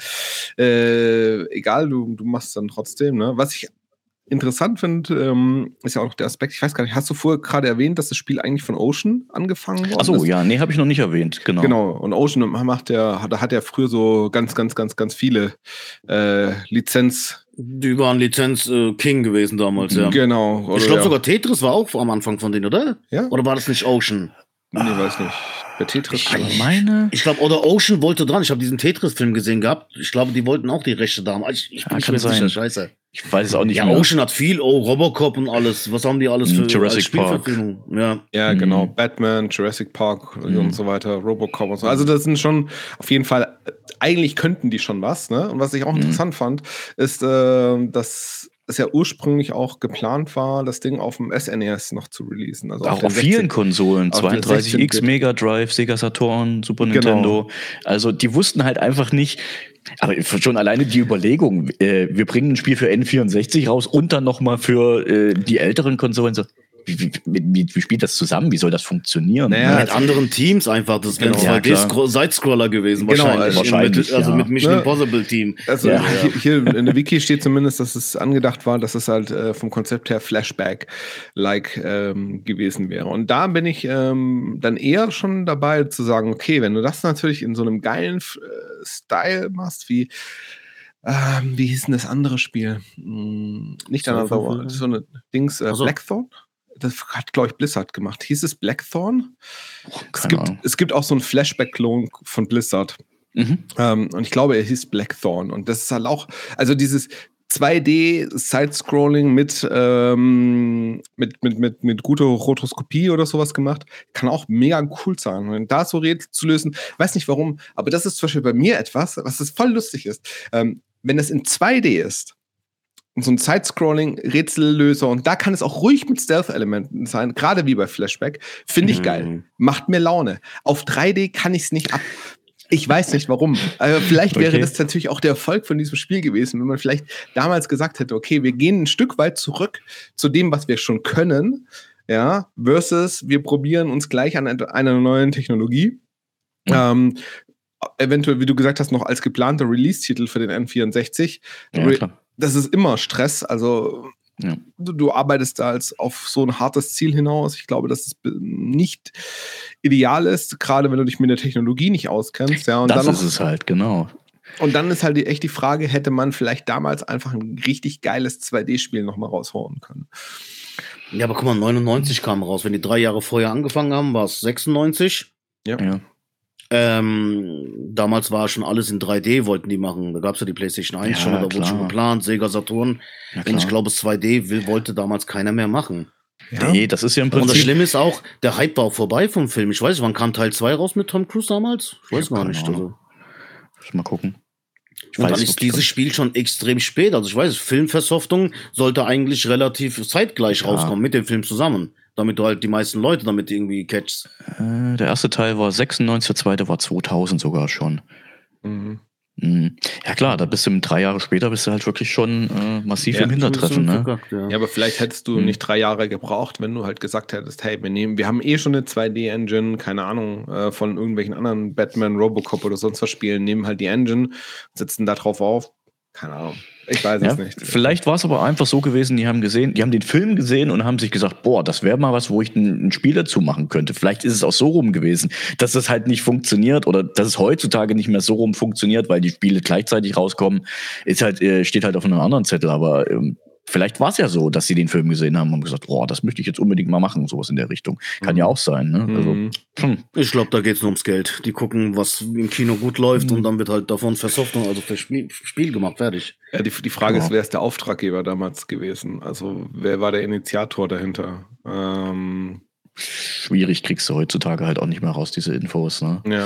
Äh, äh, egal, du, du machst es dann trotzdem. Ne? Was ich interessant finde, ähm, ist ja auch noch der Aspekt, ich weiß gar nicht, hast du vorher gerade erwähnt, dass das Spiel eigentlich von Ocean angefangen worden ist? Achso, ja, nee, habe ich noch nicht erwähnt, genau. Genau, und Ocean macht ja, da hat ja früher so ganz, ganz, ganz, ganz viele äh, Lizenz... Die waren Lizenz-King äh, gewesen damals, ja. Genau. Oder, ich glaube ja. sogar Tetris war auch am Anfang von denen, oder? Ja. Oder war das nicht Ocean? Nee, ah. weiß nicht. Der Tetris. Ich meine. Ich glaube, oder Ocean wollte dran. Ich habe diesen Tetris-Film gesehen gehabt. Ich glaube, die wollten auch die Rechte da haben. Ich, ich bin ja, nicht mehr sicher, scheiße. Ich weiß es auch nicht ja, mehr. Ja, Ocean hat viel. Oh, Robocop und alles. Was haben die alles für Jurassic Park. Ja, ja mhm. genau. Batman, Jurassic Park mhm. und so weiter. Robocop und so. Also das sind schon auf jeden Fall, eigentlich könnten die schon was. Ne? Und was ich auch mhm. interessant fand, ist, äh, dass es ja ursprünglich auch geplant war, das Ding auf dem S N E S noch zu releasen. Also auch auf, auf vielen sechzehn, Konsolen, zweiunddreißig X, Mega Drive, Sega Saturn, Super genau. Nintendo. Also die wussten halt einfach nicht, aber schon alleine die Überlegung, äh, wir bringen ein Spiel für N vierundsechzig raus und dann nochmal für äh, die älteren Konsolen so. Wie, wie, wie, wie spielt das zusammen? Wie soll das funktionieren? Naja, mit anderen Teams einfach. Das wären zwei D-Sidescroller gewesen. Genau, wahrscheinlich. wahrscheinlich mit, also ja. mit Mission Impossible Team. Also ja. hier, hier in der Wiki steht zumindest, dass es angedacht war, dass es halt äh, vom Konzept her Flashback-like ähm, gewesen wäre. Und da bin ich ähm, dann eher schon dabei zu sagen, okay, wenn du das natürlich in so einem geilen äh, Style machst, wie ähm, wie hieß denn das andere Spiel? Hm, nicht so, Another, so eine Dings, äh, also. Blackthorn? Das hat, glaube ich, Blizzard gemacht. Hieß es Blackthorn? Oh, es, gibt, es gibt auch so einen Flashback-Klon von Blizzard. Mhm. Ähm, und ich glaube, er hieß Blackthorn. Und das ist halt auch, also dieses zwei D-Side-Scrolling mit, ähm, mit, mit, mit, mit guter Rotoskopie oder sowas gemacht, kann auch mega cool sein. Und da so Rätsel zu lösen, weiß nicht warum, aber das ist zum Beispiel bei mir etwas, was ist voll lustig ist. Ähm, wenn es in zwei D ist, so ein Side-Scrolling-Rätsellöser und da kann es auch ruhig mit Stealth-Elementen sein, gerade wie bei Flashback, finde ich mhm. geil. Macht mir Laune. Auf drei D kann ich es nicht ab. Ich weiß nicht warum. Also vielleicht wäre okay. das natürlich auch der Erfolg von diesem Spiel gewesen, wenn man vielleicht damals gesagt hätte, okay, wir gehen ein Stück weit zurück zu dem, was wir schon können, ja, versus wir probieren uns gleich an einer neuen Technologie. Mhm. Ähm, eventuell, wie du gesagt hast, noch als geplanter Release-Titel für den N vierundsechzig. Ja, klar. Das ist immer Stress, also ja. du, du arbeitest da als auf so ein hartes Ziel hinaus. Ich glaube, dass es nicht ideal ist, gerade wenn du dich mit der Technologie nicht auskennst. Ja, und das dann ist noch, es halt, genau. Und dann ist halt die, echt die Frage, hätte man vielleicht damals einfach ein richtig geiles zwei D-Spiel nochmal raushauen können. Ja, aber guck mal, neunundneunzig kam raus. Wenn die drei Jahre vorher angefangen haben, war es sechsundneunzig. Ja. ja. Ähm, damals war schon alles in drei D, wollten die machen. Da gab es ja die PlayStation eins ja, schon, da wurde schon geplant, Sega Saturn. Ja, und ich glaube, zwei D will, wollte damals keiner mehr machen. Ja. Nee, das ist ja im Prinzip... Und das Schlimme ist auch, der Hype war auch vorbei vom Film. Ich weiß nicht, wann kam Teil zwei raus mit Tom Cruise damals? Ich weiß ja, gar nicht. Also. Mal gucken. Ich Und weiß dann ist wirklich dieses nicht. Spiel schon extrem spät. Also ich weiß, Filmversoftung sollte eigentlich relativ zeitgleich Ja. rauskommen mit dem Film zusammen. Damit du halt die meisten Leute damit irgendwie catchst. Äh, der erste Teil war sechsundneunzig, der zweite war zweitausend sogar schon. Mhm. Mhm. Ja klar, da bist du mit drei Jahre später bist du halt wirklich schon äh, massiv Ja, im Hintertreffen. Ne? Verkackt, ja. Ja, aber vielleicht hättest du Hm. nicht drei Jahre gebraucht, wenn du halt gesagt hättest, hey, wir nehmen, wir haben eh schon eine zwei D-Engine, keine Ahnung, äh, von irgendwelchen anderen Batman, Robocop oder sonst was Spielen, nehmen halt die Engine, setzen da drauf auf. Keine Ahnung. Ich weiß Ja, es nicht. vielleicht war es aber einfach so gewesen, die haben gesehen, die haben den Film gesehen und haben sich gesagt, boah, das wäre mal was, wo ich ein, ein Spiel dazu machen könnte. Vielleicht ist es auch so rum gewesen, dass das halt nicht funktioniert oder dass es heutzutage nicht mehr so rum funktioniert, weil die Spiele gleichzeitig rauskommen, ist halt, äh, steht halt auf einem anderen Zettel, aber ähm, vielleicht war es ja so, dass sie den Film gesehen haben und gesagt, boah, das möchte ich jetzt unbedingt mal machen, sowas in der Richtung. Kann ja auch sein, ne? Also, Mhm. hm. Ich glaube, da geht's nur ums Geld. Die gucken, was im Kino gut läuft und dann wird halt davon Versoftung, also für Spiel, Spiel gemacht, fertig. Ja, die, die Frage Ja. ist, wer ist der Auftraggeber damals gewesen? Also, wer war der Initiator dahinter? Ähm, Schwierig kriegst du heutzutage halt auch nicht mehr raus, diese Infos, ne? ja.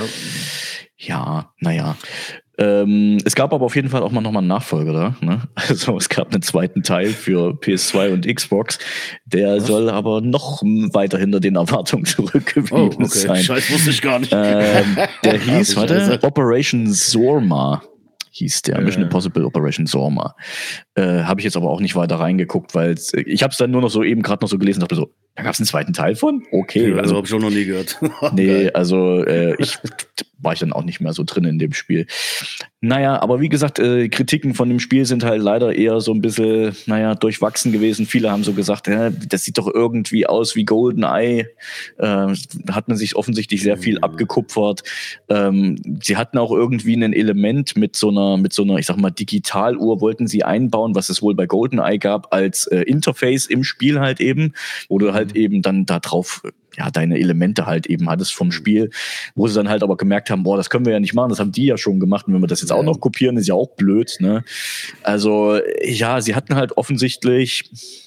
Ja, naja. Ähm, es gab aber auf jeden Fall auch mal nochmal einen Nachfolger da. Ne? Also es gab einen zweiten Teil für P S zwei und Xbox. Der Was? soll aber noch weiter hinter den Erwartungen zurückgeblieben Oh, okay. sein. Scheiß, wusste ich gar nicht. Ähm, der hieß, Ach, warte, Scheiße. Operation Zorma hieß der. Ja. Mission Impossible Operation Zorma. Äh, habe ich jetzt aber auch nicht weiter reingeguckt, weil ich habe es dann nur noch so eben gerade noch so gelesen und dachte so, da gab es einen zweiten Teil von? Okay, Also also habe ich auch noch nie gehört. nee, also äh, ich war ich dann auch nicht mehr so drin in dem Spiel. Naja, aber wie gesagt, äh, Kritiken von dem Spiel sind halt leider eher so ein bisschen, naja, durchwachsen gewesen. Viele haben so gesagt, äh, das sieht doch irgendwie aus wie GoldenEye. Äh, da hat man sich offensichtlich sehr viel abgekupfert. Ähm, sie hatten auch irgendwie ein Element mit so einer, mit so einer, ich sag mal, Digitaluhr wollten sie einbauen, was es wohl bei GoldenEye gab, als äh, Interface im Spiel halt eben, wo du halt eben dann da drauf ja, deine Elemente halt eben hattest vom Spiel, wo sie dann halt aber gemerkt haben, boah, das können wir ja nicht machen, das haben die ja schon gemacht und wenn wir das jetzt auch noch kopieren, ist ja auch blöd, ne? Also, ja, sie hatten halt offensichtlich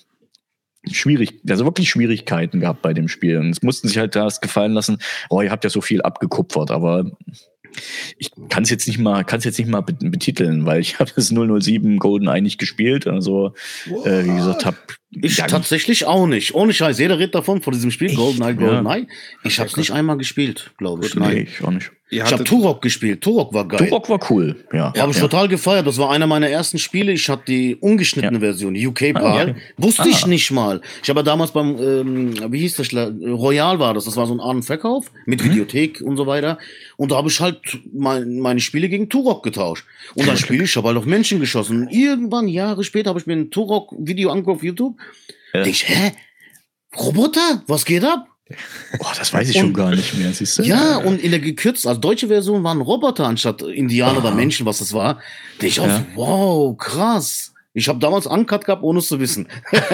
schwierig, also wirklich Schwierigkeiten gehabt bei dem Spiel und es mussten sich halt das gefallen lassen, oh, ihr habt ja so viel abgekupfert, aber ich kann es jetzt nicht mal, kann es jetzt nicht mal betiteln, weil ich habe das null null sieben GoldenEye nicht gespielt, also äh, wie gesagt, habe Ich ja, tatsächlich auch nicht. Ohne Scheiß. Jeder redet davon, von diesem Spiel. Echt? GoldenEye, GoldenEye. Ja. Ich habe es nicht einmal gespielt, glaube ich. nee, Nein. ich auch nicht. Ihr Ich habe hattet- Turok gespielt. Turok war geil. Turok war cool, ja. Habe ich total gefeiert. Das war einer meiner ersten Spiele. Ich hatte die ungeschnittene Ja. Version, U K-Part. Ah, okay. Wusste Ah. ich nicht mal. Ich habe ja damals beim, ähm, wie hieß das, Royal war das. Das war so ein Art Verkauf mit Mhm. Videothek und so weiter. Und da habe ich halt mein, meine Spiele gegen Turok getauscht. Und dann spiele ich, ich habe halt auf Menschen geschossen. Und irgendwann, Jahre später, habe ich mir ein Turok-Video angeguckt auf YouTube. Ja. Ich, hä? Roboter? Was geht ab? Boah, das weiß ich schon Und- gar nicht mehr, siehst du? Ja, und in der gekürzten, also deutsche Version waren Roboter anstatt Indianer oder Aha. Menschen, was das war. Da ich auch Ja. so, wow, krass. Ich habe damals Uncut gehabt, ohne es zu wissen.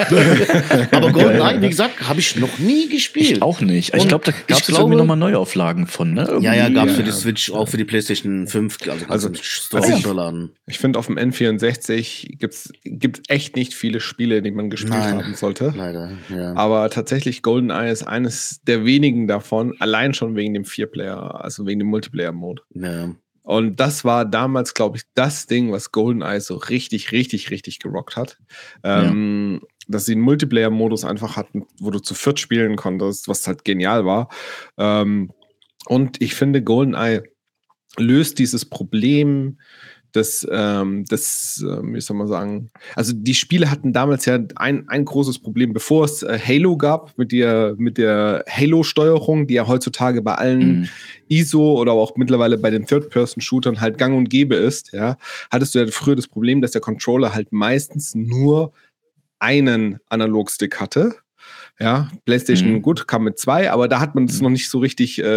Aber GoldenEye, wie gesagt, habe ich noch nie gespielt. Ich auch nicht. Ich Und glaube, da ich gab es jetzt glaube- irgendwie nochmal Neuauflagen von, ne? Irgendwie. Ja, ja, gab's Ja, für die ja. Switch, auch für die PlayStation fünf, also, Also- also Store also- runterladen. Ich finde, auf dem N vierundsechzig gibt's gibt's echt nicht viele Spiele, die man gespielt Nein. haben sollte. Leider, ja. Aber tatsächlich, GoldenEye ist eines der wenigen davon, allein schon wegen dem Vier-Player, also wegen dem Multiplayer-Mode. ja. Und das war damals, glaube ich, das Ding, was GoldenEye so richtig, richtig, richtig gerockt hat. Ähm, dass sie einen Multiplayer-Modus einfach hatten, wo du zu viert spielen konntest, was halt genial war. Ähm, und ich finde, GoldenEye löst dieses Problem des, ähm, des ähm, wie soll man sagen, also die Spiele hatten damals ja ein, ein großes Problem, bevor es äh, Halo gab, mit der, mit der Halo-Steuerung, die ja heutzutage bei allen Mhm. I S O oder auch mittlerweile bei den Third-Person-Shootern halt gang und gäbe ist, ja, hattest du ja früher das Problem, dass der Controller halt meistens nur einen Analogstick hatte. Ja, PlayStation, Mhm. gut, kam mit zwei, aber da hat man es noch nicht so richtig äh,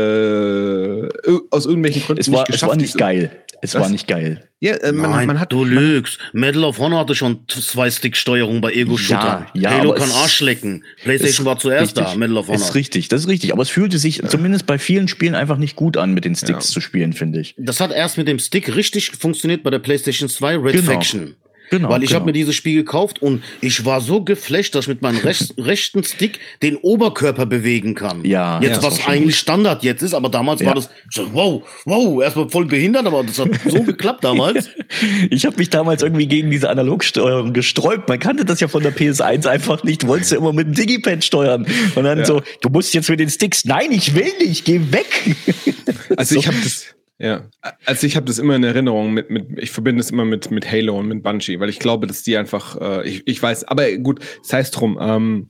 ir- aus irgendwelchen Gründen Es war, nicht es geschafft. war nicht diese- geil. Es Was? war nicht geil. Ja, äh, man, Nein, man hat du lügst. Medal of Honor hatte schon zwei Stick-Steuerung bei Ego-Shooter. Ja, ja, Halo aber kann es- Arsch lecken. PlayStation Ist war zuerst richtig. da, Medal of Honor. Ist richtig, das ist richtig. Aber es fühlte sich zumindest bei vielen Spielen einfach nicht gut an, mit den Sticks Ja. zu spielen, finde ich. Das hat erst mit dem Stick richtig funktioniert bei der PlayStation zwei Red Genau. Faction. Genau, Weil ich genau. habe mir dieses Spiel gekauft und ich war so geflasht, dass ich mit meinem rech rechten Stick den Oberkörper bewegen kann. Ja, Jetzt, ja, ist auch was schon eigentlich gut. Standard jetzt ist, aber damals Ja. war das, ich so, wow, wow, erstmal voll behindert, aber das hat so geklappt damals. Ich habe mich damals irgendwie gegen diese Analogsteuerung gesträubt. Man kannte das ja von der P S eins einfach nicht. Wolltest du immer mit dem Digipad steuern. Und dann Ja. so, du musst jetzt mit den Sticks. Nein, ich will nicht, geh weg. Also So. ich habe das, ja, also ich habe das immer in Erinnerung mit, mit, ich verbinde es immer mit, mit Halo und mit Bungie, weil ich glaube, dass die einfach, äh, ich, ich weiß, aber gut, sei es drum, ähm,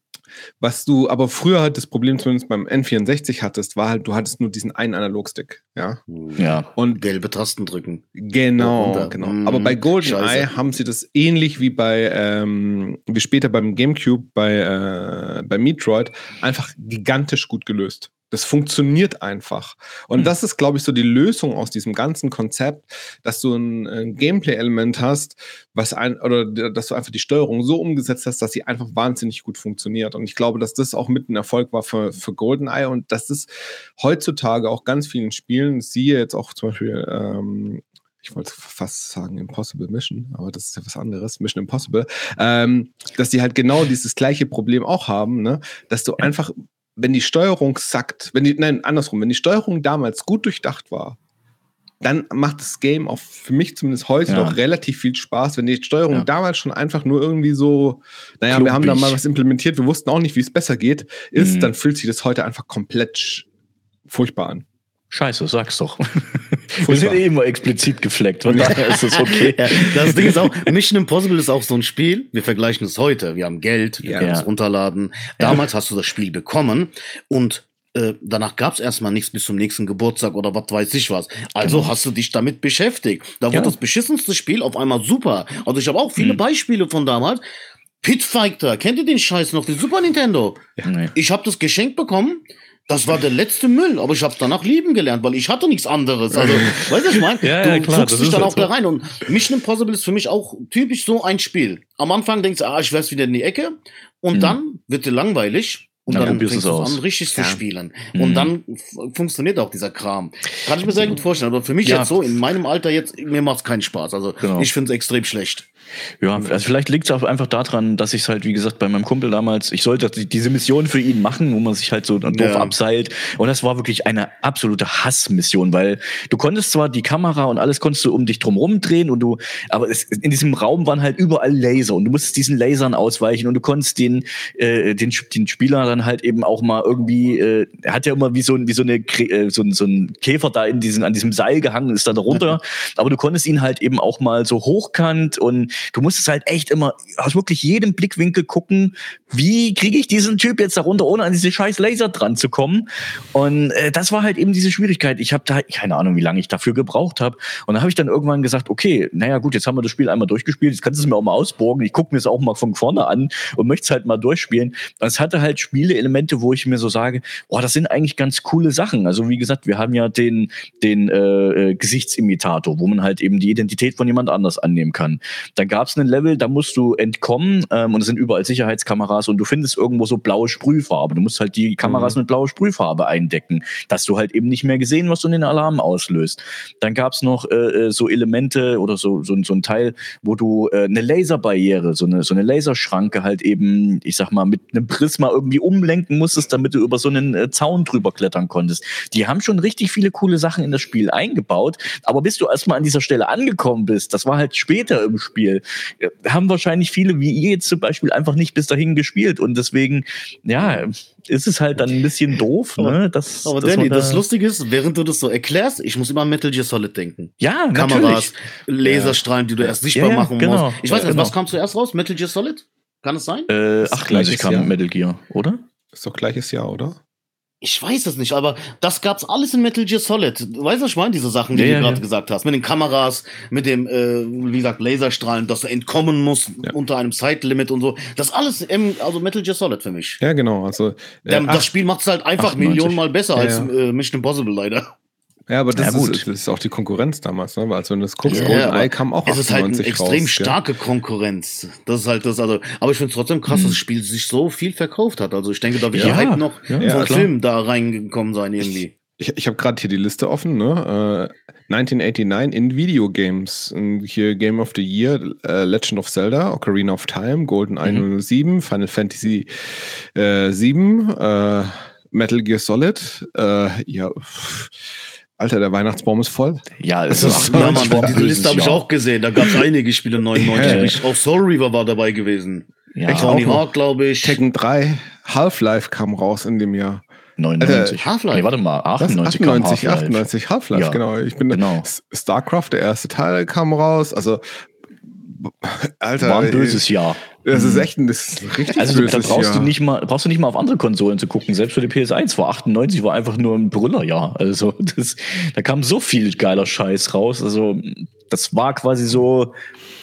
was du aber früher halt das Problem zumindest beim N vierundsechzig hattest, war halt, du hattest nur diesen einen Analogstick, ja. Ja. Und Gelbe Tasten drücken. genau, Runter. genau. Mhm. Aber bei GoldenEye Scheiße. haben sie das ähnlich wie bei, ähm, wie später beim GameCube, bei, äh, bei Metroid, einfach gigantisch gut gelöst. Das funktioniert einfach. Und Hm. das ist, glaube ich, so die Lösung aus diesem ganzen Konzept, dass du ein, ein Gameplay-Element hast, was ein, oder dass du einfach die Steuerung so umgesetzt hast, dass sie einfach wahnsinnig gut funktioniert. Und ich glaube, dass das auch mit ein Erfolg war für, für GoldenEye und dass das heutzutage auch ganz vielen Spielen, siehe jetzt auch zum Beispiel, ähm, ich wollte fast sagen Impossible Mission, aber das ist ja was anderes, Mission Impossible, ähm, dass die halt genau dieses gleiche Problem auch haben, ne? Dass du Ja. einfach, wenn die Steuerung sackt, wenn die, nein, andersrum, wenn die Steuerung damals gut durchdacht war, dann macht das Game auch für mich zumindest heute Ja. noch relativ viel Spaß. Wenn die Steuerung Ja. damals schon einfach nur irgendwie so, naja, wir haben da Klumpig. mal was implementiert, wir wussten auch nicht, wie es besser geht, ist, Mhm. dann fühlt sich das heute einfach komplett sch- furchtbar an. Scheiße, sag's doch. Wir sind eh immer explizit gefleckt, von daher ist es okay. Ja, das Ding ist auch, Mission Impossible ist auch so ein Spiel, wir vergleichen es heute, wir haben Geld, wir Ja. können es Ja. runterladen. Damals hast du das Spiel bekommen und äh, danach gab es erstmal nichts bis zum nächsten Geburtstag oder was weiß ich was. Also Genau. hast du dich damit beschäftigt. Da wurde Ja. das beschissenste Spiel auf einmal super. Also ich habe auch viele Mhm. Beispiele von damals. Pit Fighter, kennt ihr den Scheiß noch, den Super Nintendo? Nee. Ich habe das geschenkt bekommen. Das war der letzte Müll, aber ich habe danach lieben gelernt, weil ich hatte nichts anderes. Also, weißt du, was ich meine? Ja, du ja, klar, fuchst das dich ist dann halt auch so. da rein. Und Mission Impossible ist für mich auch typisch so ein Spiel. Am Anfang denkst du, ah, ich wär's wieder in die Ecke. Und Mhm. dann wird dir langweilig. Und Dann dann probierst fängst du's du aus. an, richtig zu Ja. spielen. Mhm. Und dann f- funktioniert auch dieser Kram. Kann ich mir sehr gut vorstellen. Aber für mich Ja. jetzt so, in meinem Alter jetzt, mir macht's keinen Spaß. Also, Genau. ich finde es extrem schlecht. Ja, also vielleicht liegt es auch einfach daran, dass ich es halt, wie gesagt, bei meinem Kumpel damals, ich sollte die- diese Mission für ihn machen, wo man sich halt so doof Ja. abseilt. Und das war wirklich eine absolute Hassmission, weil du konntest zwar die Kamera und alles konntest du um dich drum rumdrehen und du, aber es, in diesem Raum waren halt überall Laser und du musstest diesen Lasern ausweichen und du konntest den, äh, den, den Spieler dann halt eben auch mal irgendwie, äh, er hat ja immer wie so, ein- wie so eine, Kre- äh, so, ein- so ein Käfer da in diesen, an diesem Seil gehangen, ist da runter, aber du konntest ihn halt eben auch mal so hochkant und du musstest halt echt immer aus wirklich jedem Blickwinkel gucken, wie kriege ich diesen Typ jetzt da runter, ohne an diese scheiß Laser dran zu kommen. Und äh, das war halt eben diese Schwierigkeit. Ich habe da keine Ahnung, wie lange ich dafür gebraucht habe. Und dann habe ich dann irgendwann gesagt, okay, naja gut, jetzt haben wir das Spiel einmal durchgespielt, jetzt kannst du es mir auch mal ausborgen. Ich gucke mir es auch mal von vorne an und möchte es halt mal durchspielen. Und es hatte halt Spieleelemente, wo ich mir so sage, boah, das sind eigentlich ganz coole Sachen. Also wie gesagt, wir haben ja den, den äh, äh, Gesichtsimitator, wo man halt eben die Identität von jemand anders annehmen kann. Dann gab es einen Level, da musst du entkommen ähm, und es sind überall Sicherheitskameras und du findest irgendwo so blaue Sprühfarbe. Du musst halt die Kameras Mhm. mit blauer Sprühfarbe eindecken, dass du halt eben nicht mehr gesehen wirst und den Alarm auslöst. Dann gab es noch äh, so Elemente oder so, so, so ein Teil, wo du äh, eine Laserbarriere, so eine, so eine Laserschranke halt eben, ich sag mal, mit einem Prisma irgendwie umlenken musstest, damit du über so einen äh, Zaun drüber klettern konntest. Die haben schon richtig viele coole Sachen in das Spiel eingebaut, aber bis du erstmal an dieser Stelle angekommen bist, das war halt später im Spiel, äh, haben wahrscheinlich viele wie ihr jetzt zum Beispiel einfach nicht bis dahin gespielt und deswegen, ja, ist es halt dann ein bisschen doof, ne? Das, Aber dass Danny, man da- das Lustige ist, während du das so erklärst, ich muss immer an Metal Gear Solid denken. ja, Kameras, natürlich. Laserstrahlen, die du erst sichtbar Ja, ja, machen genau. musst. Ich weiß Ja, nicht, genau. was kam zuerst raus? Metal Gear Solid? Kann es sein? Äh, Das achtundneunzig gleiches kam Jahr. Metal Gear, oder? Ist doch gleiches Jahr, oder? Ich weiß es nicht, aber das gab's alles in Metal Gear Solid. Du weißt, was ich meine? Diese Sachen, die Ja, du ja, gerade ja. gesagt hast. Mit den Kameras, mit dem, äh, wie gesagt, Laserstrahlen, dass du entkommen musst Ja. unter einem Zeitlimit und so. Das alles, im, also Metal Gear Solid für mich. Ja, genau. Also, äh, Der, ach, das Spiel macht's halt einfach achtundneunzig. Millionenmal besser Ja, als ja. äh, Mission Impossible leider. ja, aber das, Ja, gut. ist, das ist auch die Konkurrenz damals, ne? Weil also wenn du das guckst, Ja, GoldenEye aber kam auch Es ist halt eine achtundneunzig extrem raus, gell? starke Konkurrenz. Das ist halt das, also, aber ich finde es trotzdem krass, Mhm. dass das Spiel sich so viel verkauft hat. Also ich denke, da wird Ja, ja, Hype noch ja, vom ja, klar. Film da reingekommen sein irgendwie. Ich, ich habe gerade hier die Liste offen, ne? Äh, neunzehnhundertneunundachtzig in Videogames. Und hier Game of the Year, äh, Legend of Zelda, Ocarina of Time, GoldenEye Mhm. null sieben, Final Fantasy äh, sieben, äh, Metal Gear Solid. Äh, ja, pff, Alter, der Weihnachtsbaum ist voll. Ja, es Also, ist Ja, achtundneunzig war Mann, ein diese Liste böses habe ich Jahr. auch gesehen. Da gab es einige Spiele neunundneunzig. Ja. Auch Soul Reaver war dabei gewesen. Ja, Tony auch noch. Hawk, glaube ich. Tekken drei, Half-Life kam raus in dem Jahr. neunundneunzig. Äh, Half-Life. Nee, warte mal, Was? achtundneunzig kam achtundneunzig, Half-Life. achtundneunzig, Half-Life, Ja, genau. Ich bin genau. S- StarCraft, der erste Teil kam raus. Also, b- Alter, War ein böses Jahr. das ist echt ein, das ist ein richtig Also da böses brauchst Jahr. du nicht mal, brauchst du nicht mal auf andere Konsolen zu gucken. Selbst für die P S eins war achtundneunzig war einfach nur ein Brüllerjahr. Also das, da kam so viel geiler Scheiß raus. Also das war quasi so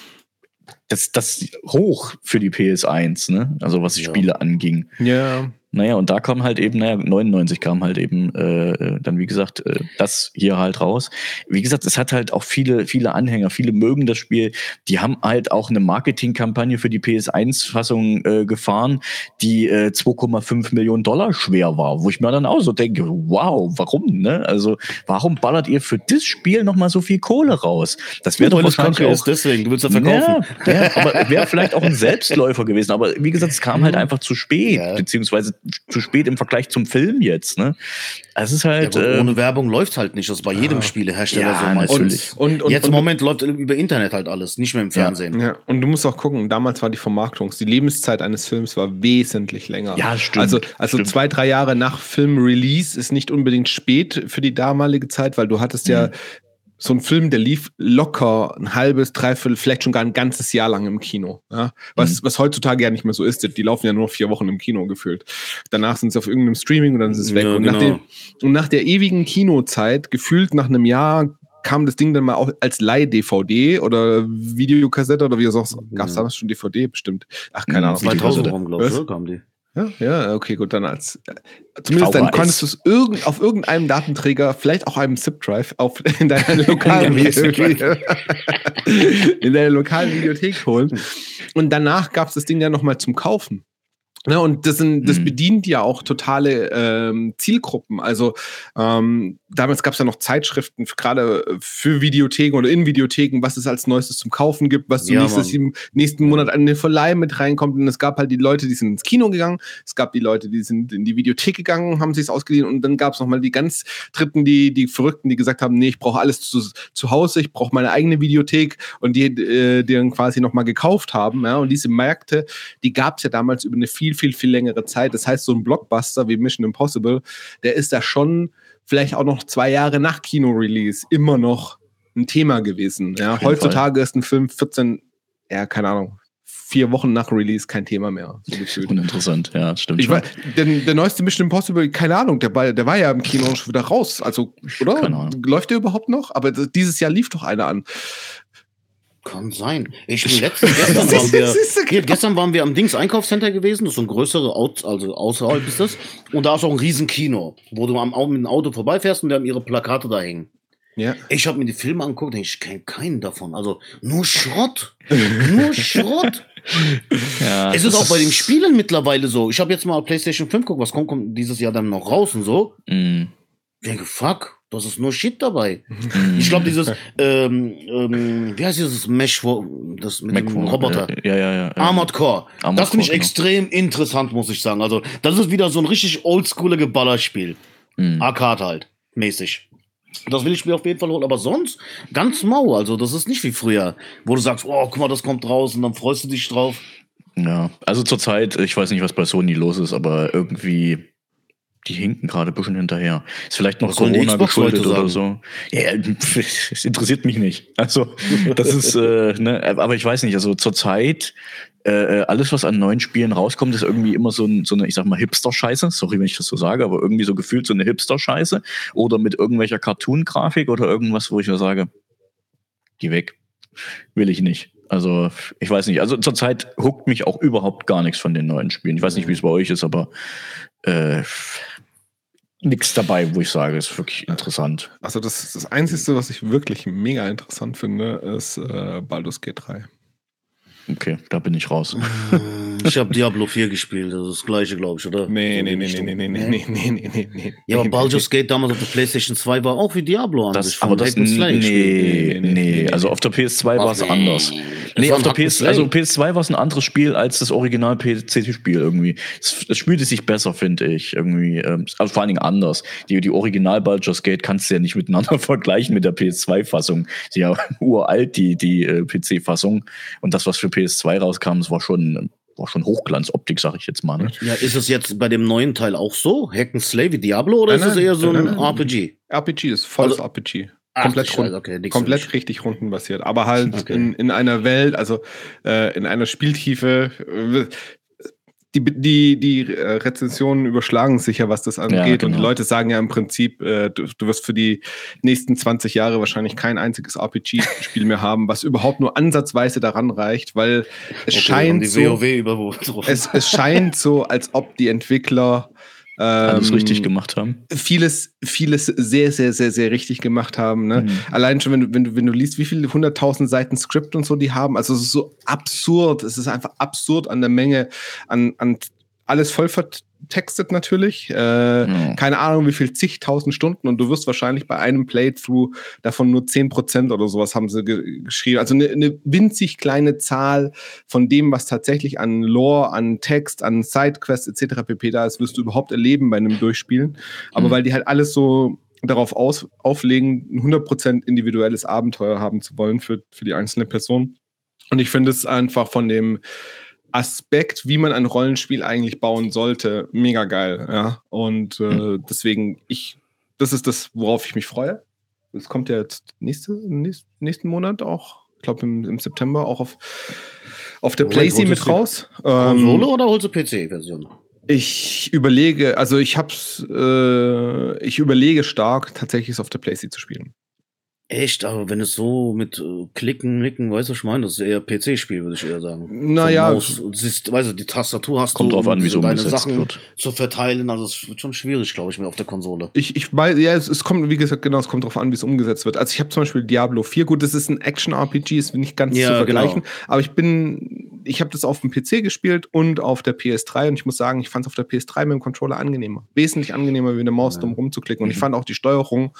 das, das hoch für die P S eins, ne? Also was die Ja. Spiele anging. Ja. Naja, und da kam halt eben, naja, neunundneunzig kam halt eben äh, dann, wie gesagt, äh, das hier halt raus. Wie gesagt, es hat halt auch viele, viele Anhänger, viele mögen das Spiel. Die haben halt auch eine Marketingkampagne für die P S eins-Fassung äh, gefahren, die äh, zwei Komma fünf Millionen Dollar schwer war, wo ich mir dann auch so denke, wow, warum, ne? Also, warum ballert ihr für das Spiel nochmal so viel Kohle raus? Das wäre doch Weil es wahrscheinlich kacke auch ist, deswegen. Du willst ja verkaufen. ja, ja, aber wäre vielleicht auch ein Selbstläufer gewesen. Aber wie gesagt, es kam halt einfach zu spät, Ja. beziehungsweise zu spät im Vergleich zum Film jetzt. Ne? Es ist Ja, halt. gut, ähm, ohne Werbung läuft's halt nicht. Das ist bei jedem Spielehersteller Ja, so meistens. natürlich. Und, und, Jetzt und, im Moment läuft über Internet halt alles, nicht mehr im Fernsehen. Ja, und du musst auch gucken, damals war die Vermarktung, die Lebenszeit eines Films war wesentlich länger. Ja, stimmt, Also, also stimmt. zwei, drei Jahre nach Film-Release ist nicht unbedingt spät für die damalige Zeit, weil du hattest ja Mhm. so ein Film, der lief locker ein halbes, dreiviertel, vielleicht schon gar ein ganzes Jahr lang im Kino. Ja? Was, Mhm. was heutzutage ja nicht mehr so ist. Die laufen ja nur noch vier Wochen im Kino gefühlt. Danach sind sie auf irgendeinem Streaming und dann ist es weg. Ja, und, genau. nach dem, und nach der ewigen Kinozeit, gefühlt nach einem Jahr, kam das Ding dann mal auch als Leih-D V D oder Videokassette oder wie es auch gab es Ja. damals schon D V D bestimmt. Ach, keine Mhm, Ahnung. zweitausend Videokassette. rum, glaube ich, Was? oder kamen die? Ja, ja, okay, gut, dann als äh, zumindest dann V H S. konntest du es irgend, auf irgendeinem Datenträger, vielleicht auch einem ZIP-Drive, auf in deiner lokalen Ja, Videothek, in deiner lokalen Videothek holen. Und danach gab es das Ding ja nochmal zum Kaufen. Ja, und das, sind, das Mhm. bedient ja auch totale ähm, Zielgruppen. Also ähm, damals gab es ja noch Zeitschriften, f- gerade für Videotheken oder in Videotheken, was es als Neuestes zum Kaufen gibt, was Ja, nächstes, im nächsten Monat an den Verleih mit reinkommt. Und es gab halt die Leute, die sind ins Kino gegangen, es gab die Leute, die sind in die Videothek gegangen, haben sich ausgeliehen und dann gab es nochmal die ganz Dritten, die, die Verrückten, die gesagt haben, nee, ich brauche alles zu, zu Hause, ich brauche meine eigene Videothek und die, äh, die dann quasi nochmal gekauft haben. Ja? Und diese Märkte, die gab es ja damals über eine viel, viel, viel längere Zeit. Das heißt, so ein Blockbuster wie Mission Impossible, der ist da schon vielleicht auch noch zwei Jahre nach Kino-Release immer noch ein Thema gewesen. Ja? jeden Heutzutage ist ein Film vierzehn, ja, keine Ahnung, vier Wochen nach Release kein Thema mehr. So gefühlt. Uninteressant, ja, stimmt Ich schon. weiß, denn der neueste Mission Impossible, keine Ahnung, der war, der war ja im Kino schon wieder raus. Also, oder? Keine Ahnung. Läuft der überhaupt noch? Aber das, dieses Jahr lief doch einer an. Kann sein. Ich bin letztens, gestern waren wir, Siehst du, hier, gestern waren wir am Dings Einkaufscenter gewesen, das ist so ein größere, Out, also außerhalb ist das. Und da ist auch ein riesen Kino, wo du am, Au- mit dem Auto vorbeifährst und die haben ihre Plakate da hängen. Ja. Ich habe mir die Filme angeguckt und ich kenne keinen davon. Also nur Schrott. Nur Schrott. Ja, Es das ist auch bei den Spielen mittlerweile so. Ich habe jetzt mal PlayStation fünf geguckt, was kommt, kommt dieses Jahr dann noch raus und so. Mhm. Ich denke, fuck, das ist nur Shit dabei. Mhm. Ich glaube, dieses, ähm, ähm, wie heißt dieses Mesh, wo- das mit dem Macworld, Roboter? äh, Ja, ja, ja. ja. Armored Core. Armored das finde ich Core, genau. extrem interessant, muss ich sagen. Also, das ist wieder so ein richtig oldschooliger Ballerspiel. Mhm. Arcade halt, mäßig. Das will ich mir auf jeden Fall holen. Aber sonst ganz mau. Also, das ist nicht wie früher, wo du sagst, oh, guck mal, das kommt raus und dann freust du dich drauf. Ja, also zurzeit, ich weiß nicht, was bei Sony los ist, aber irgendwie, die hinken gerade ein bisschen hinterher. Ist vielleicht noch Was sollen die Corona Xbox-Leute geschuldet oder sagen? so. Ja, es interessiert mich nicht. Also, das ist, äh, ne, aber ich weiß nicht, also zurzeit, äh, alles, was an neuen Spielen rauskommt, ist irgendwie immer so, ein, so eine, ich sag mal, Hipster-Scheiße. Sorry, wenn ich das so sage, aber irgendwie so gefühlt so eine Hipster-Scheiße. Oder mit irgendwelcher Cartoon-Grafik oder irgendwas, wo ich ja sage, geh weg. Will ich nicht. Also, ich weiß nicht. Also, zurzeit huckt mich auch überhaupt gar nichts von den neuen Spielen. Ich weiß nicht, wie es bei euch ist, aber äh, nichts dabei, wo ich sage, ist wirklich interessant. Also, das, das Einzige, was ich wirklich mega interessant finde, ist äh, Baldur's Gate drei. Okay, da bin ich raus. Ich habe Diablo vier gespielt, das ist das gleiche, glaube ich, oder? Nee, nee, nee, nee, nee, nee, nee, nee, nee, nee, nee. Ja, aber Baldur's Gate damals auf der PlayStation zwei war auch wie Diablo an Das, sich. aber das, nee, nee, nee, also auf der P S zwei war es anders. Nee, auf der P S, also P S zwei war es ein anderes Spiel als das Original P C-Spiel irgendwie. Es, es spielte sich besser, finde ich, irgendwie. Ähm, also vor allen Dingen anders. Die, die Original Baldur's Gate kannst du ja nicht miteinander vergleichen mit der P S zwei-Fassung. Sie ist ja uralt, die, die äh, P C-Fassung. Und das, was für P S zwei rauskam, das war schon, war schon Hochglanzoptik, sag ich jetzt mal. Ne? Ja, ist es jetzt bei dem neuen Teil auch so? Hack and Slay wie Diablo oder Nein, ist es eher so nein, ein nein, R P G? R P G ist volles Also- R P G. Ach, Komplett, Scheiße, rund, okay, nichts komplett für mich. richtig rundenbasiert. Aber halt Okay. in, in einer Welt, also äh, in einer Spieltiefe. Äh, die die, die äh, Rezensionen überschlagen sich ja, was das angeht. Ja, genau. Und die Leute sagen ja im Prinzip, äh, du, du wirst für die nächsten zwanzig Jahre wahrscheinlich kein einziges R P G-Spiel mehr haben, was überhaupt nur ansatzweise daran reicht, weil es Okay, scheint haben die so, WoW überwunden. es, es scheint so, als ob die Entwickler Alles ähm, richtig gemacht haben. vieles, vieles sehr, sehr, sehr, sehr richtig gemacht haben. Ne? Mhm. Allein schon, wenn du, wenn du, wenn du liest, wie viele hunderttausend Seiten Skript und so die haben, also es ist so absurd, es ist einfach absurd an der Menge, an, an alles voll vertextet natürlich. Äh, Mhm. Keine Ahnung, wie viel zigtausend Stunden und du wirst wahrscheinlich bei einem Playthrough davon nur zehn Prozent oder sowas haben sie ge geschrieben. Also eine, eine winzig kleine Zahl von dem, was tatsächlich an Lore, an Text, an Sidequests et cetera pp. Da ist, wirst du überhaupt erleben bei einem Durchspielen. Aber Mhm. weil die halt alles so darauf aus, auflegen, ein hundert Prozent individuelles Abenteuer haben zu wollen für, für die einzelne Person. Und ich finde es einfach von dem Aspekt, wie man ein Rollenspiel eigentlich bauen sollte, mega geil. Ja? Und äh, deswegen, ich, das ist das, worauf ich mich freue. Es kommt ja jetzt nächste, nächst, nächsten Monat auch, ich glaube im, im September auch auf, auf der Moment, PlayStation holst mit du raus. Konsole Ähm, oder holst du P C-Version? ich überlege, also ich hab's, äh, ich überlege stark, tatsächlich es auf der PlayStation zu spielen. Echt, aber wenn es so mit äh, Klicken, Nicken, weißt du, was ich meine, das ist eher P C-Spiel, würde ich eher sagen. Naja, So Maus, und siehst, weißt du, die Tastatur hast Kommt du, drauf an, um wie es so deine umgesetzt Sachen wird. zu verteilen, also es wird schon schwierig, glaube ich, mir auf der Konsole. Ich, ich weiß, ja, es, es kommt, wie gesagt, genau, es kommt drauf an, wie es umgesetzt wird. Also ich habe zum Beispiel Diablo vier, gut, das ist ein Action-R P G, ist nicht ganz Ja, zu vergleichen, genau. aber ich bin, ich habe das auf dem P C gespielt und auf der P S drei und ich muss sagen, ich fand es auf der P S drei mit dem Controller angenehmer. Wesentlich angenehmer, wie mit der Maus Ja. dumm rumzuklicken. Und ich Mhm. fand auch die Steuerung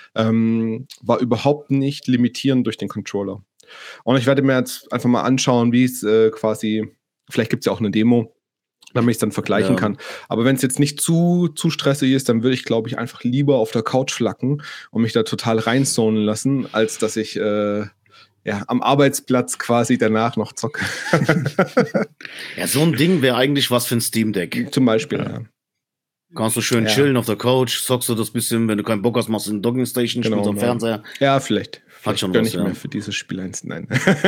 ähm, war überhaupt nicht limitierend durch den Controller. Und ich werde mir jetzt einfach mal anschauen, wie es äh, quasi, vielleicht gibt es ja auch eine Demo, damit ich es dann vergleichen Ja. kann. Aber wenn es jetzt nicht zu, zu stressig ist, dann würde ich, glaube ich, einfach lieber auf der Couch flacken und mich da total reinzonen lassen, als dass ich äh, ja, am Arbeitsplatz quasi danach noch zocke. Ja, so ein Ding wäre eigentlich was für ein Steam Deck. Zum Beispiel, ja. Kannst du schön Ja. chillen auf der Couch, zockst du das bisschen, wenn du keinen Bock hast, machst du eine Docking Station, Genau, spielst am ja. Fernseher. Ja, vielleicht. Vielleicht schon gönn was, ich ja. mir für dieses Spiel eins. Nein.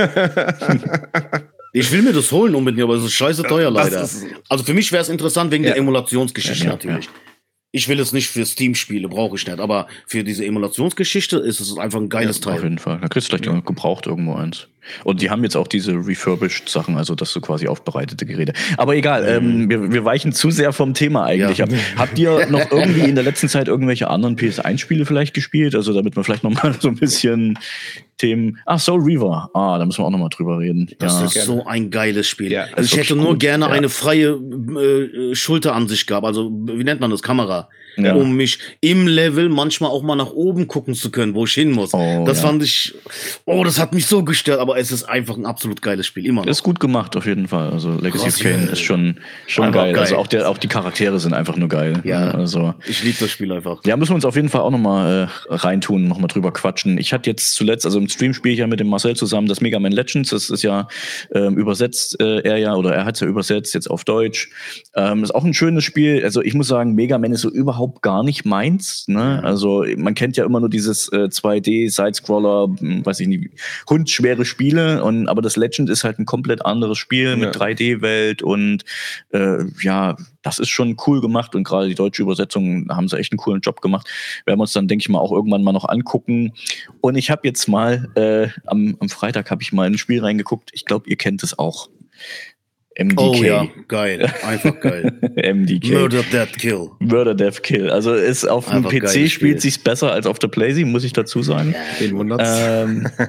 Ich will mir das holen unbedingt, aber es ist scheiße teuer Das leider. ist- Also für mich wäre es interessant wegen Ja. der Emulationsgeschichte Ja, ja, natürlich. Ich will es nicht für Steam-Spiele, brauche ich nicht. Aber für diese Emulationsgeschichte ist es einfach ein geiles Auf Teil. jeden Fall. Da kriegst du vielleicht Ja. gebraucht irgendwo eins. Und die haben jetzt auch diese refurbished Sachen, also das so quasi aufbereitete Geräte. Aber egal, ähm, wir, wir weichen zu sehr vom Thema eigentlich Ja. ab. Habt ihr noch irgendwie in der letzten Zeit irgendwelche anderen P S eins Spiele vielleicht gespielt? Also damit wir vielleicht noch mal so ein bisschen Themen... Ach, Soul Reaver. Ah, da müssen wir auch noch mal drüber reden. Das ja. ist gerne. so ein geiles Spiel. Ja, also ist ich hätte wirklich nur gut, gerne ja. eine freie äh, Schulteransicht gehabt. Also wie nennt man das? Kamera. Ja. Um mich im Level manchmal auch mal nach oben gucken zu können, wo ich hin muss. Oh, das ja. fand ich... Oh, das hat mich so gestört. Aber es ist einfach ein absolut geiles Spiel. Immer noch. Ist gut gemacht, auf jeden Fall. Also Legacy Krass, of Kain ja. ist schon, schon Einfach geil. geil. Also auch, der, auch die Charaktere sind einfach nur geil. Ja. Also Ich liebe das Spiel einfach. ja, müssen wir uns auf jeden Fall auch nochmal äh, reintun, nochmal drüber quatschen. Ich hatte jetzt zuletzt, also im Stream spiele ich ja mit dem Marcel zusammen das Mega Man Legends. Das ist ja ähm, übersetzt, äh, er ja, oder er hat es ja übersetzt, jetzt auf Deutsch. Ähm, ist auch ein schönes Spiel. Also ich muss sagen, Mega Man ist so überhaupt gar nicht meins. Ne? Also man kennt ja immer nur dieses äh, zwei D, Sidescroller, hm, weiß ich nicht, hundschwere Spiele. Und, aber das Legend ist halt ein komplett anderes Spiel mit Ja. drei D-Welt und äh, ja, das ist schon cool gemacht und gerade die deutsche Übersetzung haben sie echt einen coolen Job gemacht. Werden wir uns dann, denke ich mal, auch irgendwann mal noch angucken. Und ich habe jetzt mal, äh, am, am Freitag habe ich mal in ein Spiel reingeguckt. Ich glaube, ihr kennt es auch. M D K. Oh ja, geil. Einfach geil. M D K. Murder, Death, Kill. Murder, Death, Kill. Also ist auf dem Einfach P C geiles Spiel. spielt sich's besser als auf der PlayStation, muss ich dazu sagen. Den wundert's. Ähm,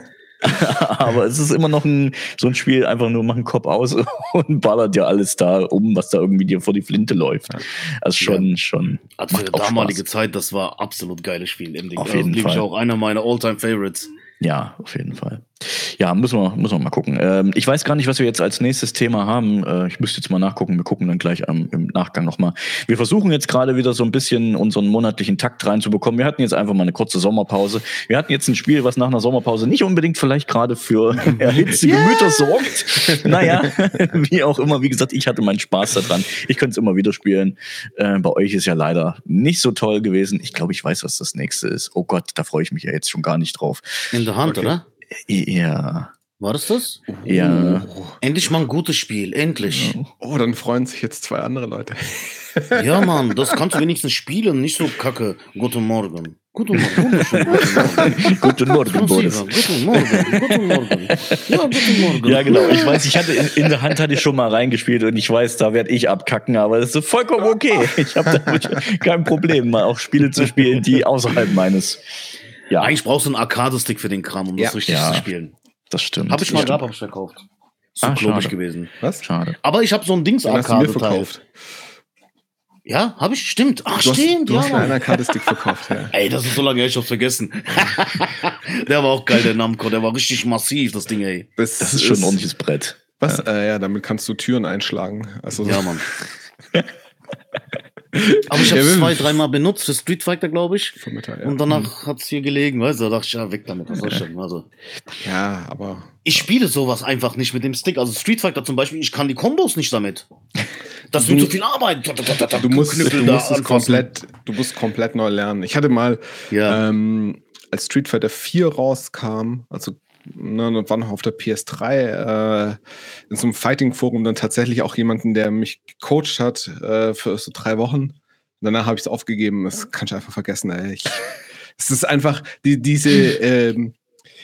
Aber es ist immer noch ein, so ein Spiel, einfach nur mach einen Kopf aus und ballert dir alles da um, was da irgendwie dir vor die Flinte läuft. Also schon, ja. schon. Also für damalige Spaß. Zeit, das war absolut geiles Spiel. Ending. Auf jeden Fall. Ich auch einer meiner All-Time-Favorites. Ja, auf jeden Fall. Ja, müssen wir, müssen wir mal gucken. Ähm, ich weiß gar nicht, was wir jetzt als nächstes Thema haben. Äh, ich müsste jetzt mal nachgucken. Wir gucken dann gleich ähm, im Nachgang nochmal. Wir versuchen jetzt gerade wieder so ein bisschen unseren monatlichen Takt reinzubekommen. Wir hatten jetzt einfach mal eine kurze Sommerpause. Wir hatten jetzt ein Spiel, was nach einer Sommerpause nicht unbedingt vielleicht gerade für erhitzte yeah. Gemüter sorgt. Naja, wie auch immer. Wie gesagt, ich hatte meinen Spaß daran. Ich könnte es immer wieder spielen. Äh, bei euch ist ja leider nicht so toll gewesen. Ich glaube, ich weiß, was das nächste ist. Oh Gott, da freue ich mich ja jetzt schon gar nicht drauf. In der Hand, okay. oder? Ja. War das das? Ja. Oh. Endlich mal ein gutes Spiel, endlich. Oh, dann freuen sich jetzt zwei andere Leute. Ja, Mann, das kannst du wenigstens spielen, nicht so kacke. Guten Morgen. Guten Morgen. Guten Morgen, Boris. Guten Morgen. Guten Morgen. Ja, guten Morgen. Ja, genau. Ich weiß, ich hatte in, in der Hand hatte ich schon mal reingespielt und ich weiß, da werde ich abkacken, aber das ist vollkommen okay. Ich habe damit kein Problem, mal auch Spiele zu spielen, die außerhalb meines. Ja. Eigentlich brauchst du einen Arcade-Stick für den Kram, um ja. das richtig ja. zu spielen. Das stimmt. Habe ich mal ja. gehabt, habe ich verkauft. So ah, klobig gewesen. Was? Schade. Aber ich habe so ein Dings Arcade verkauft. Ja, habe ich, stimmt. Ach, du stimmt. Hast, du ja, hast mir einen Arcade-Stick verkauft, ja. Ey, das ist so lange her, ich hab's vergessen. Der war auch geil, der Namco. Der war richtig massiv, das Ding, ey. Das, das ist, ist schon ein ordentliches Brett. Was? Ja. Äh, ja, damit kannst du Türen einschlagen. Also ja, Mann. Aber ich habe es zwei, dreimal benutzt für Street Fighter, glaube ich. Mittag, ja. Und danach hat's hier gelegen, weißt du, da dachte ich, ja, weg damit, was soll ich denn? Also. Ja, aber. Ich spiele sowas einfach nicht mit dem Stick. Also Street Fighter zum Beispiel, ich kann die Kombos nicht damit. Das wird zu viel Arbeit. Du musst, du musst es komplett, du musst komplett neu lernen. Ich hatte mal, ja. ähm, als Street Fighter vier rauskam, also ne, und war noch auf der P S drei, äh, in so einem Fighting-Forum dann tatsächlich auch jemanden, der mich gecoacht hat äh, für so drei Wochen. Und danach habe ich es aufgegeben. Das kann ich einfach vergessen. Ey. Ich, es ist einfach die, diese, ähm,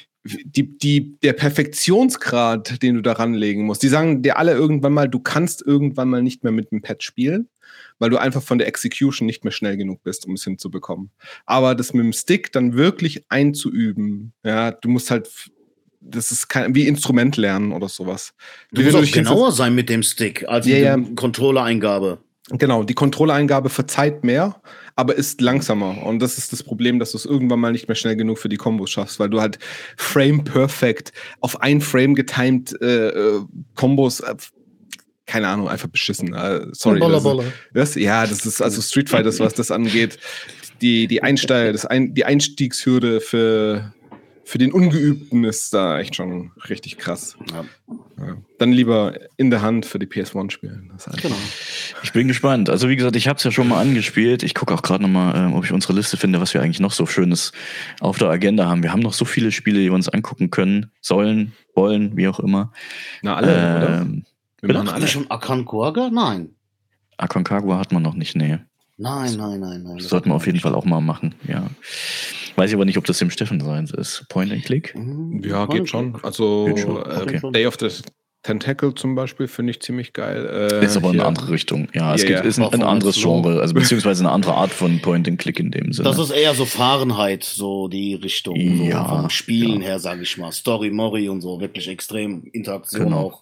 die, die, der Perfektionsgrad, den du daran legen musst. Die sagen dir alle irgendwann mal, du kannst irgendwann mal nicht mehr mit dem Pad spielen, weil du einfach von der Execution nicht mehr schnell genug bist, um es hinzubekommen. Aber das mit dem Stick dann wirklich einzuüben, ja, du musst halt, das ist kein, wie Instrument lernen oder sowas. Du musst auch genauer sein mit dem Stick, als mit ja, der Controller-Eingabe. Genau, die Controller-Eingabe verzeiht mehr, aber ist langsamer. Und das ist das Problem, dass du es irgendwann mal nicht mehr schnell genug für die Kombos schaffst, weil du halt Frame-perfect auf ein Frame getimed äh, Kombos, äh, keine Ahnung, einfach beschissen. Äh, sorry. Boller, Boller. Das, das, ja, das ist also Street Fighter, was das angeht. Die, die, Einsteig, das ein, die Einstiegshürde für, für den Ungeübten ist da echt schon richtig krass. Ja. Ja. Dann lieber in der Hand für die P S eins spielen. Das heißt. Genau. Ich bin gespannt. Also wie gesagt, ich habe es ja schon mal angespielt. Ich gucke auch gerade nochmal, äh, ob ich unsere Liste finde, was wir eigentlich noch so Schönes auf der Agenda haben. Wir haben noch so viele Spiele, die wir uns angucken können, sollen, wollen, wie auch immer. Na, alle, ähm, oder? Wir machen alle schon Aconcagua? Nein. Aconcagua hat man noch nicht, nee. Nein, nein, nein, nein. Das sollten wir auf jeden Fall auch mal machen, ja. Weiß ich aber nicht, ob das dem Steffen sein ist. Point and Click? Ja, geht schon. Also geht schon. Äh, okay. Day of the Tentacle zum Beispiel finde ich ziemlich geil. Äh, ist aber in eine andere Richtung. Ja, es yeah, gibt, ist ein, ein anderes Genre, also beziehungsweise eine andere Art von Point and Click in dem Sinne. Das ist eher so Fahrenheit, so die Richtung. Ja, so vom Spielen ja. her, sage ich mal. Story, Mori und so, wirklich extrem Interaktion genau. auch.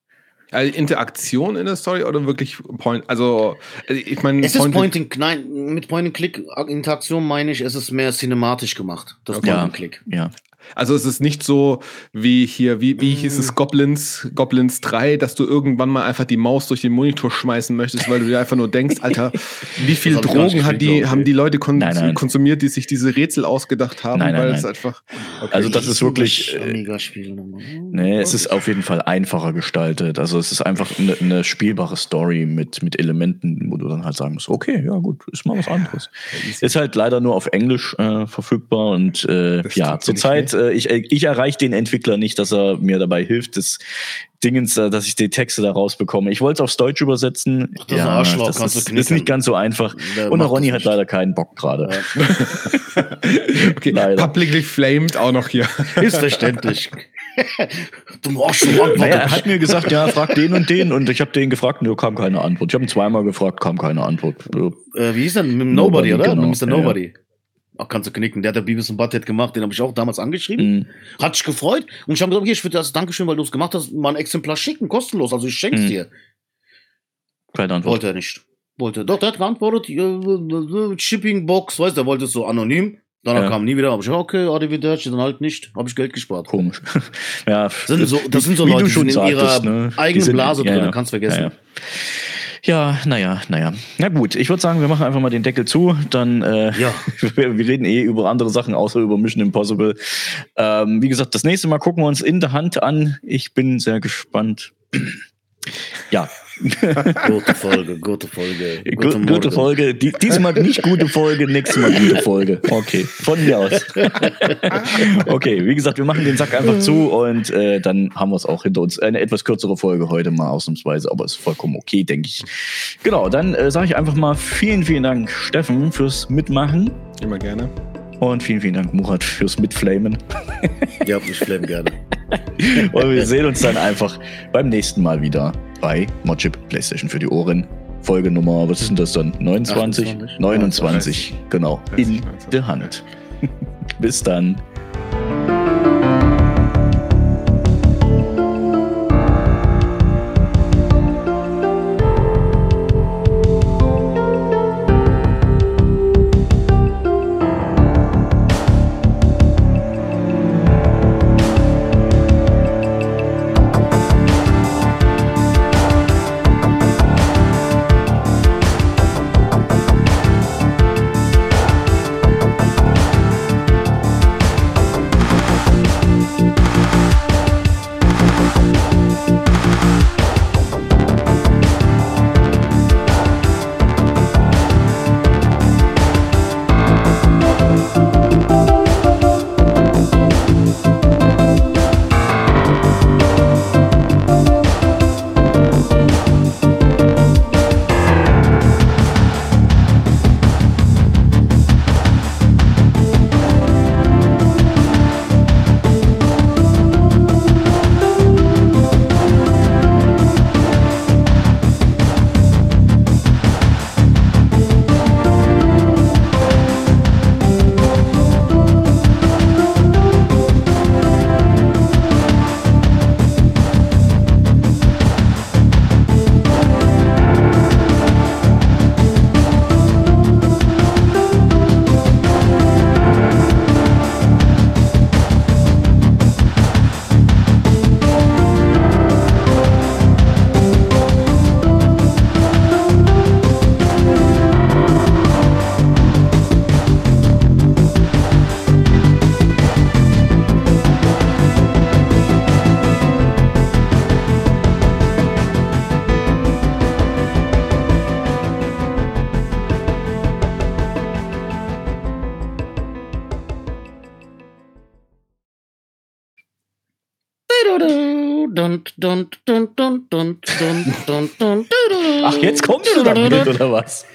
Also Interaktion in der Story oder wirklich Point, also ich meine... Es ist Point and, nein, mit Point and Click Interaktion meine ich, es ist mehr cinematisch gemacht, das okay. Point and Click. Ja. Also es ist nicht so wie hier, wie, wie hieß es, Goblins, Goblins drei, dass du irgendwann mal einfach die Maus durch den Monitor schmeißen möchtest, weil du dir einfach nur denkst, Alter, wie viel Drogen hat die, haben die Leute kon- nein, nein. konsumiert, die sich diese Rätsel ausgedacht haben, nein, nein, weil nein. es einfach... Okay. Also das ist wirklich... Äh, nee, es ist auf jeden Fall einfacher gestaltet. Also es ist einfach eine, eine spielbare Story mit, mit Elementen, wo du dann halt sagen musst, okay, ja gut, ist mal was anderes. Ja, ist halt leider nur auf Englisch äh, verfügbar und äh, ja, zurzeit Ich, ich erreiche den Entwickler nicht, dass er mir dabei hilft, das Dingens, dass ich die Texte da rausbekomme. Ich wollte es aufs Deutsch übersetzen. Das, ja, Arschloch, das ist, ist nicht ganz so einfach. Der und der Ronny hat leider keinen Bock gerade. Ja. Okay, leider. Publicly flamed auch noch hier. Ist verständlich. Du Arschloch. Naja, er hat mir gesagt, ja, frag den und den. Und ich habe den gefragt und da kam keine Antwort. Ich habe ihn zweimal gefragt, kam keine Antwort. Äh, wie hieß denn? Mit Nobody, Nobody, oder? Genau. Mit Mister Nobody. Ja. ach, kannst du knicken. Der hat der Beavis und Butthead gemacht, den habe ich auch damals angeschrieben. Mhm. Hat sich gefreut. Und ich habe gesagt, hier, ich würde das Dankeschön, weil du es gemacht hast, mal ein Exemplar schicken, kostenlos. Also ich schenk's mhm. dir. Keine Antwort. Wollte er nicht. Wollte. Doch, der hat geantwortet, äh, Shipping Box, weißt du, der wollte es so anonym. Danach ja. kam nie wieder. Aber ich gesagt, okay, Arrivederci, dann halt nicht. Habe ich Geld gespart. Komisch. ja, das sind so, das sind so Leute, die sind in ihrer ne? eigenen sind, Blase drin, ja, ja. kannst vergessen. Ja, ja. Ja, naja, naja. Na gut, ich würde sagen, wir machen einfach mal den Deckel zu. Dann, äh, ja. wir, wir reden eh über andere Sachen, außer über Mission Impossible. Ähm, wie gesagt, das nächste Mal gucken wir uns In the Hunt an. Ich bin sehr gespannt. ja. Gute Folge, gute Folge. Gute, gute Folge. Die, diesmal nicht gute Folge, nächstes Mal gute Folge. Okay, von mir aus. Okay, wie gesagt, wir machen den Sack einfach zu und äh, dann haben wir es auch hinter uns. Eine etwas kürzere Folge heute mal ausnahmsweise, aber ist vollkommen okay, denke ich. Genau, dann äh, sage ich einfach mal vielen, vielen Dank, Steffen, fürs Mitmachen. Immer gerne. Und vielen, vielen Dank, Murat, fürs Mitflamen. Ja, ich flame gerne. Und wir sehen uns dann einfach beim nächsten Mal wieder bei Modchip PlayStation für die Ohren. Folge Nummer, was ist denn das dann? neunundzwanzig? achtundzwanzig. neunundzwanzig, genau. In der Hand. Bis dann. Ach, jetzt kommst du damit, oder was?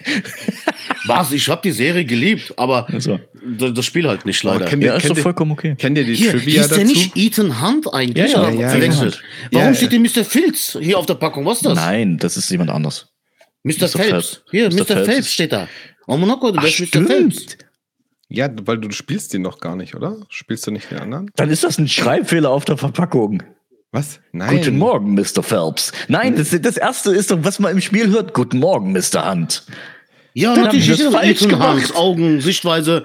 Was? Ich hab die Serie geliebt, aber also. das Spiel halt nicht leider. Ja, ist doch vollkommen okay. Kennt ihr die hier, Trivia ist dazu? Ist der nicht Ethan Hunt eigentlich? Ja, ja, ja, verwechselt. Ja, Warum ja. steht denn Mister Filz hier auf der Packung? Was ist das? Nein, das ist jemand anders. Mister Mister Phelps. Hier, Mister Mister Phelps, Phelps steht da. Oh Monaco, du bist Mister Phelps. Ja, weil du spielst den noch gar nicht, oder? Spielst du nicht den anderen? Dann ist das ein Schreibfehler auf der Verpackung. Was? Nein. Guten Morgen, Mister Phelps. Nein, das, das erste ist doch, was man im Spiel hört. Guten Morgen, Mister Hunt. Ja, Dann natürlich ist das falsch gemacht. Hans, Augen, Sichtweise.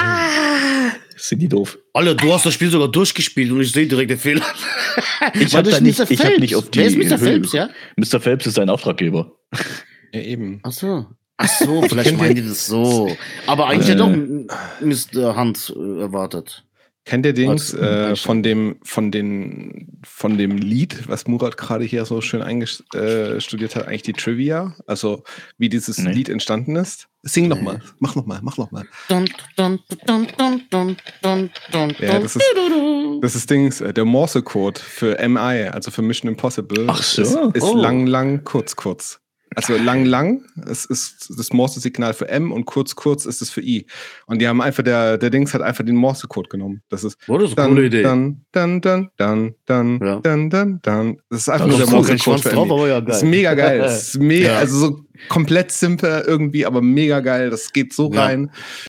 Ah, sind die doof. Alter, du hast das Spiel sogar durchgespielt und ich sehe direkt den Fehler. Ich habe da nicht, ich hab nicht auf die... Wer ist Mister Phelps, ja? Mister Phelps ist sein Auftraggeber. Ja, eben. Ach so. Ach so, vielleicht meinen die das so. Aber eigentlich äh, hätte auch Mister Hunt äh, erwartet. Kennt ihr Dings äh, von dem von den von dem Lied, was Murat gerade hier so schön eingestudiert hat, eigentlich die Trivia? Also wie dieses nee. Lied entstanden ist? Sing noch mal, mach noch mal, mach noch mal. Ja, das ist das ist Dings, der Morse-Code für M I, also für Mission Impossible. Ach so. Ist, ist oh. lang, lang, kurz, kurz. Also lang, lang, es ist das Morse-Signal für M und kurz, kurz ist es für I. Und die haben einfach, der, der Dings hat einfach den Morse-Code genommen. Das ist, oh, das ist eine coole Idee. Dann, dann, dann, dann, dann, ja. dann, dann, dann. Das ist einfach das nur der Morse-Code für drauf, aber ja, geil. Das ist mega geil. Das ist mega, ja. also so komplett simpel irgendwie, aber mega geil. Das geht so ja. rein.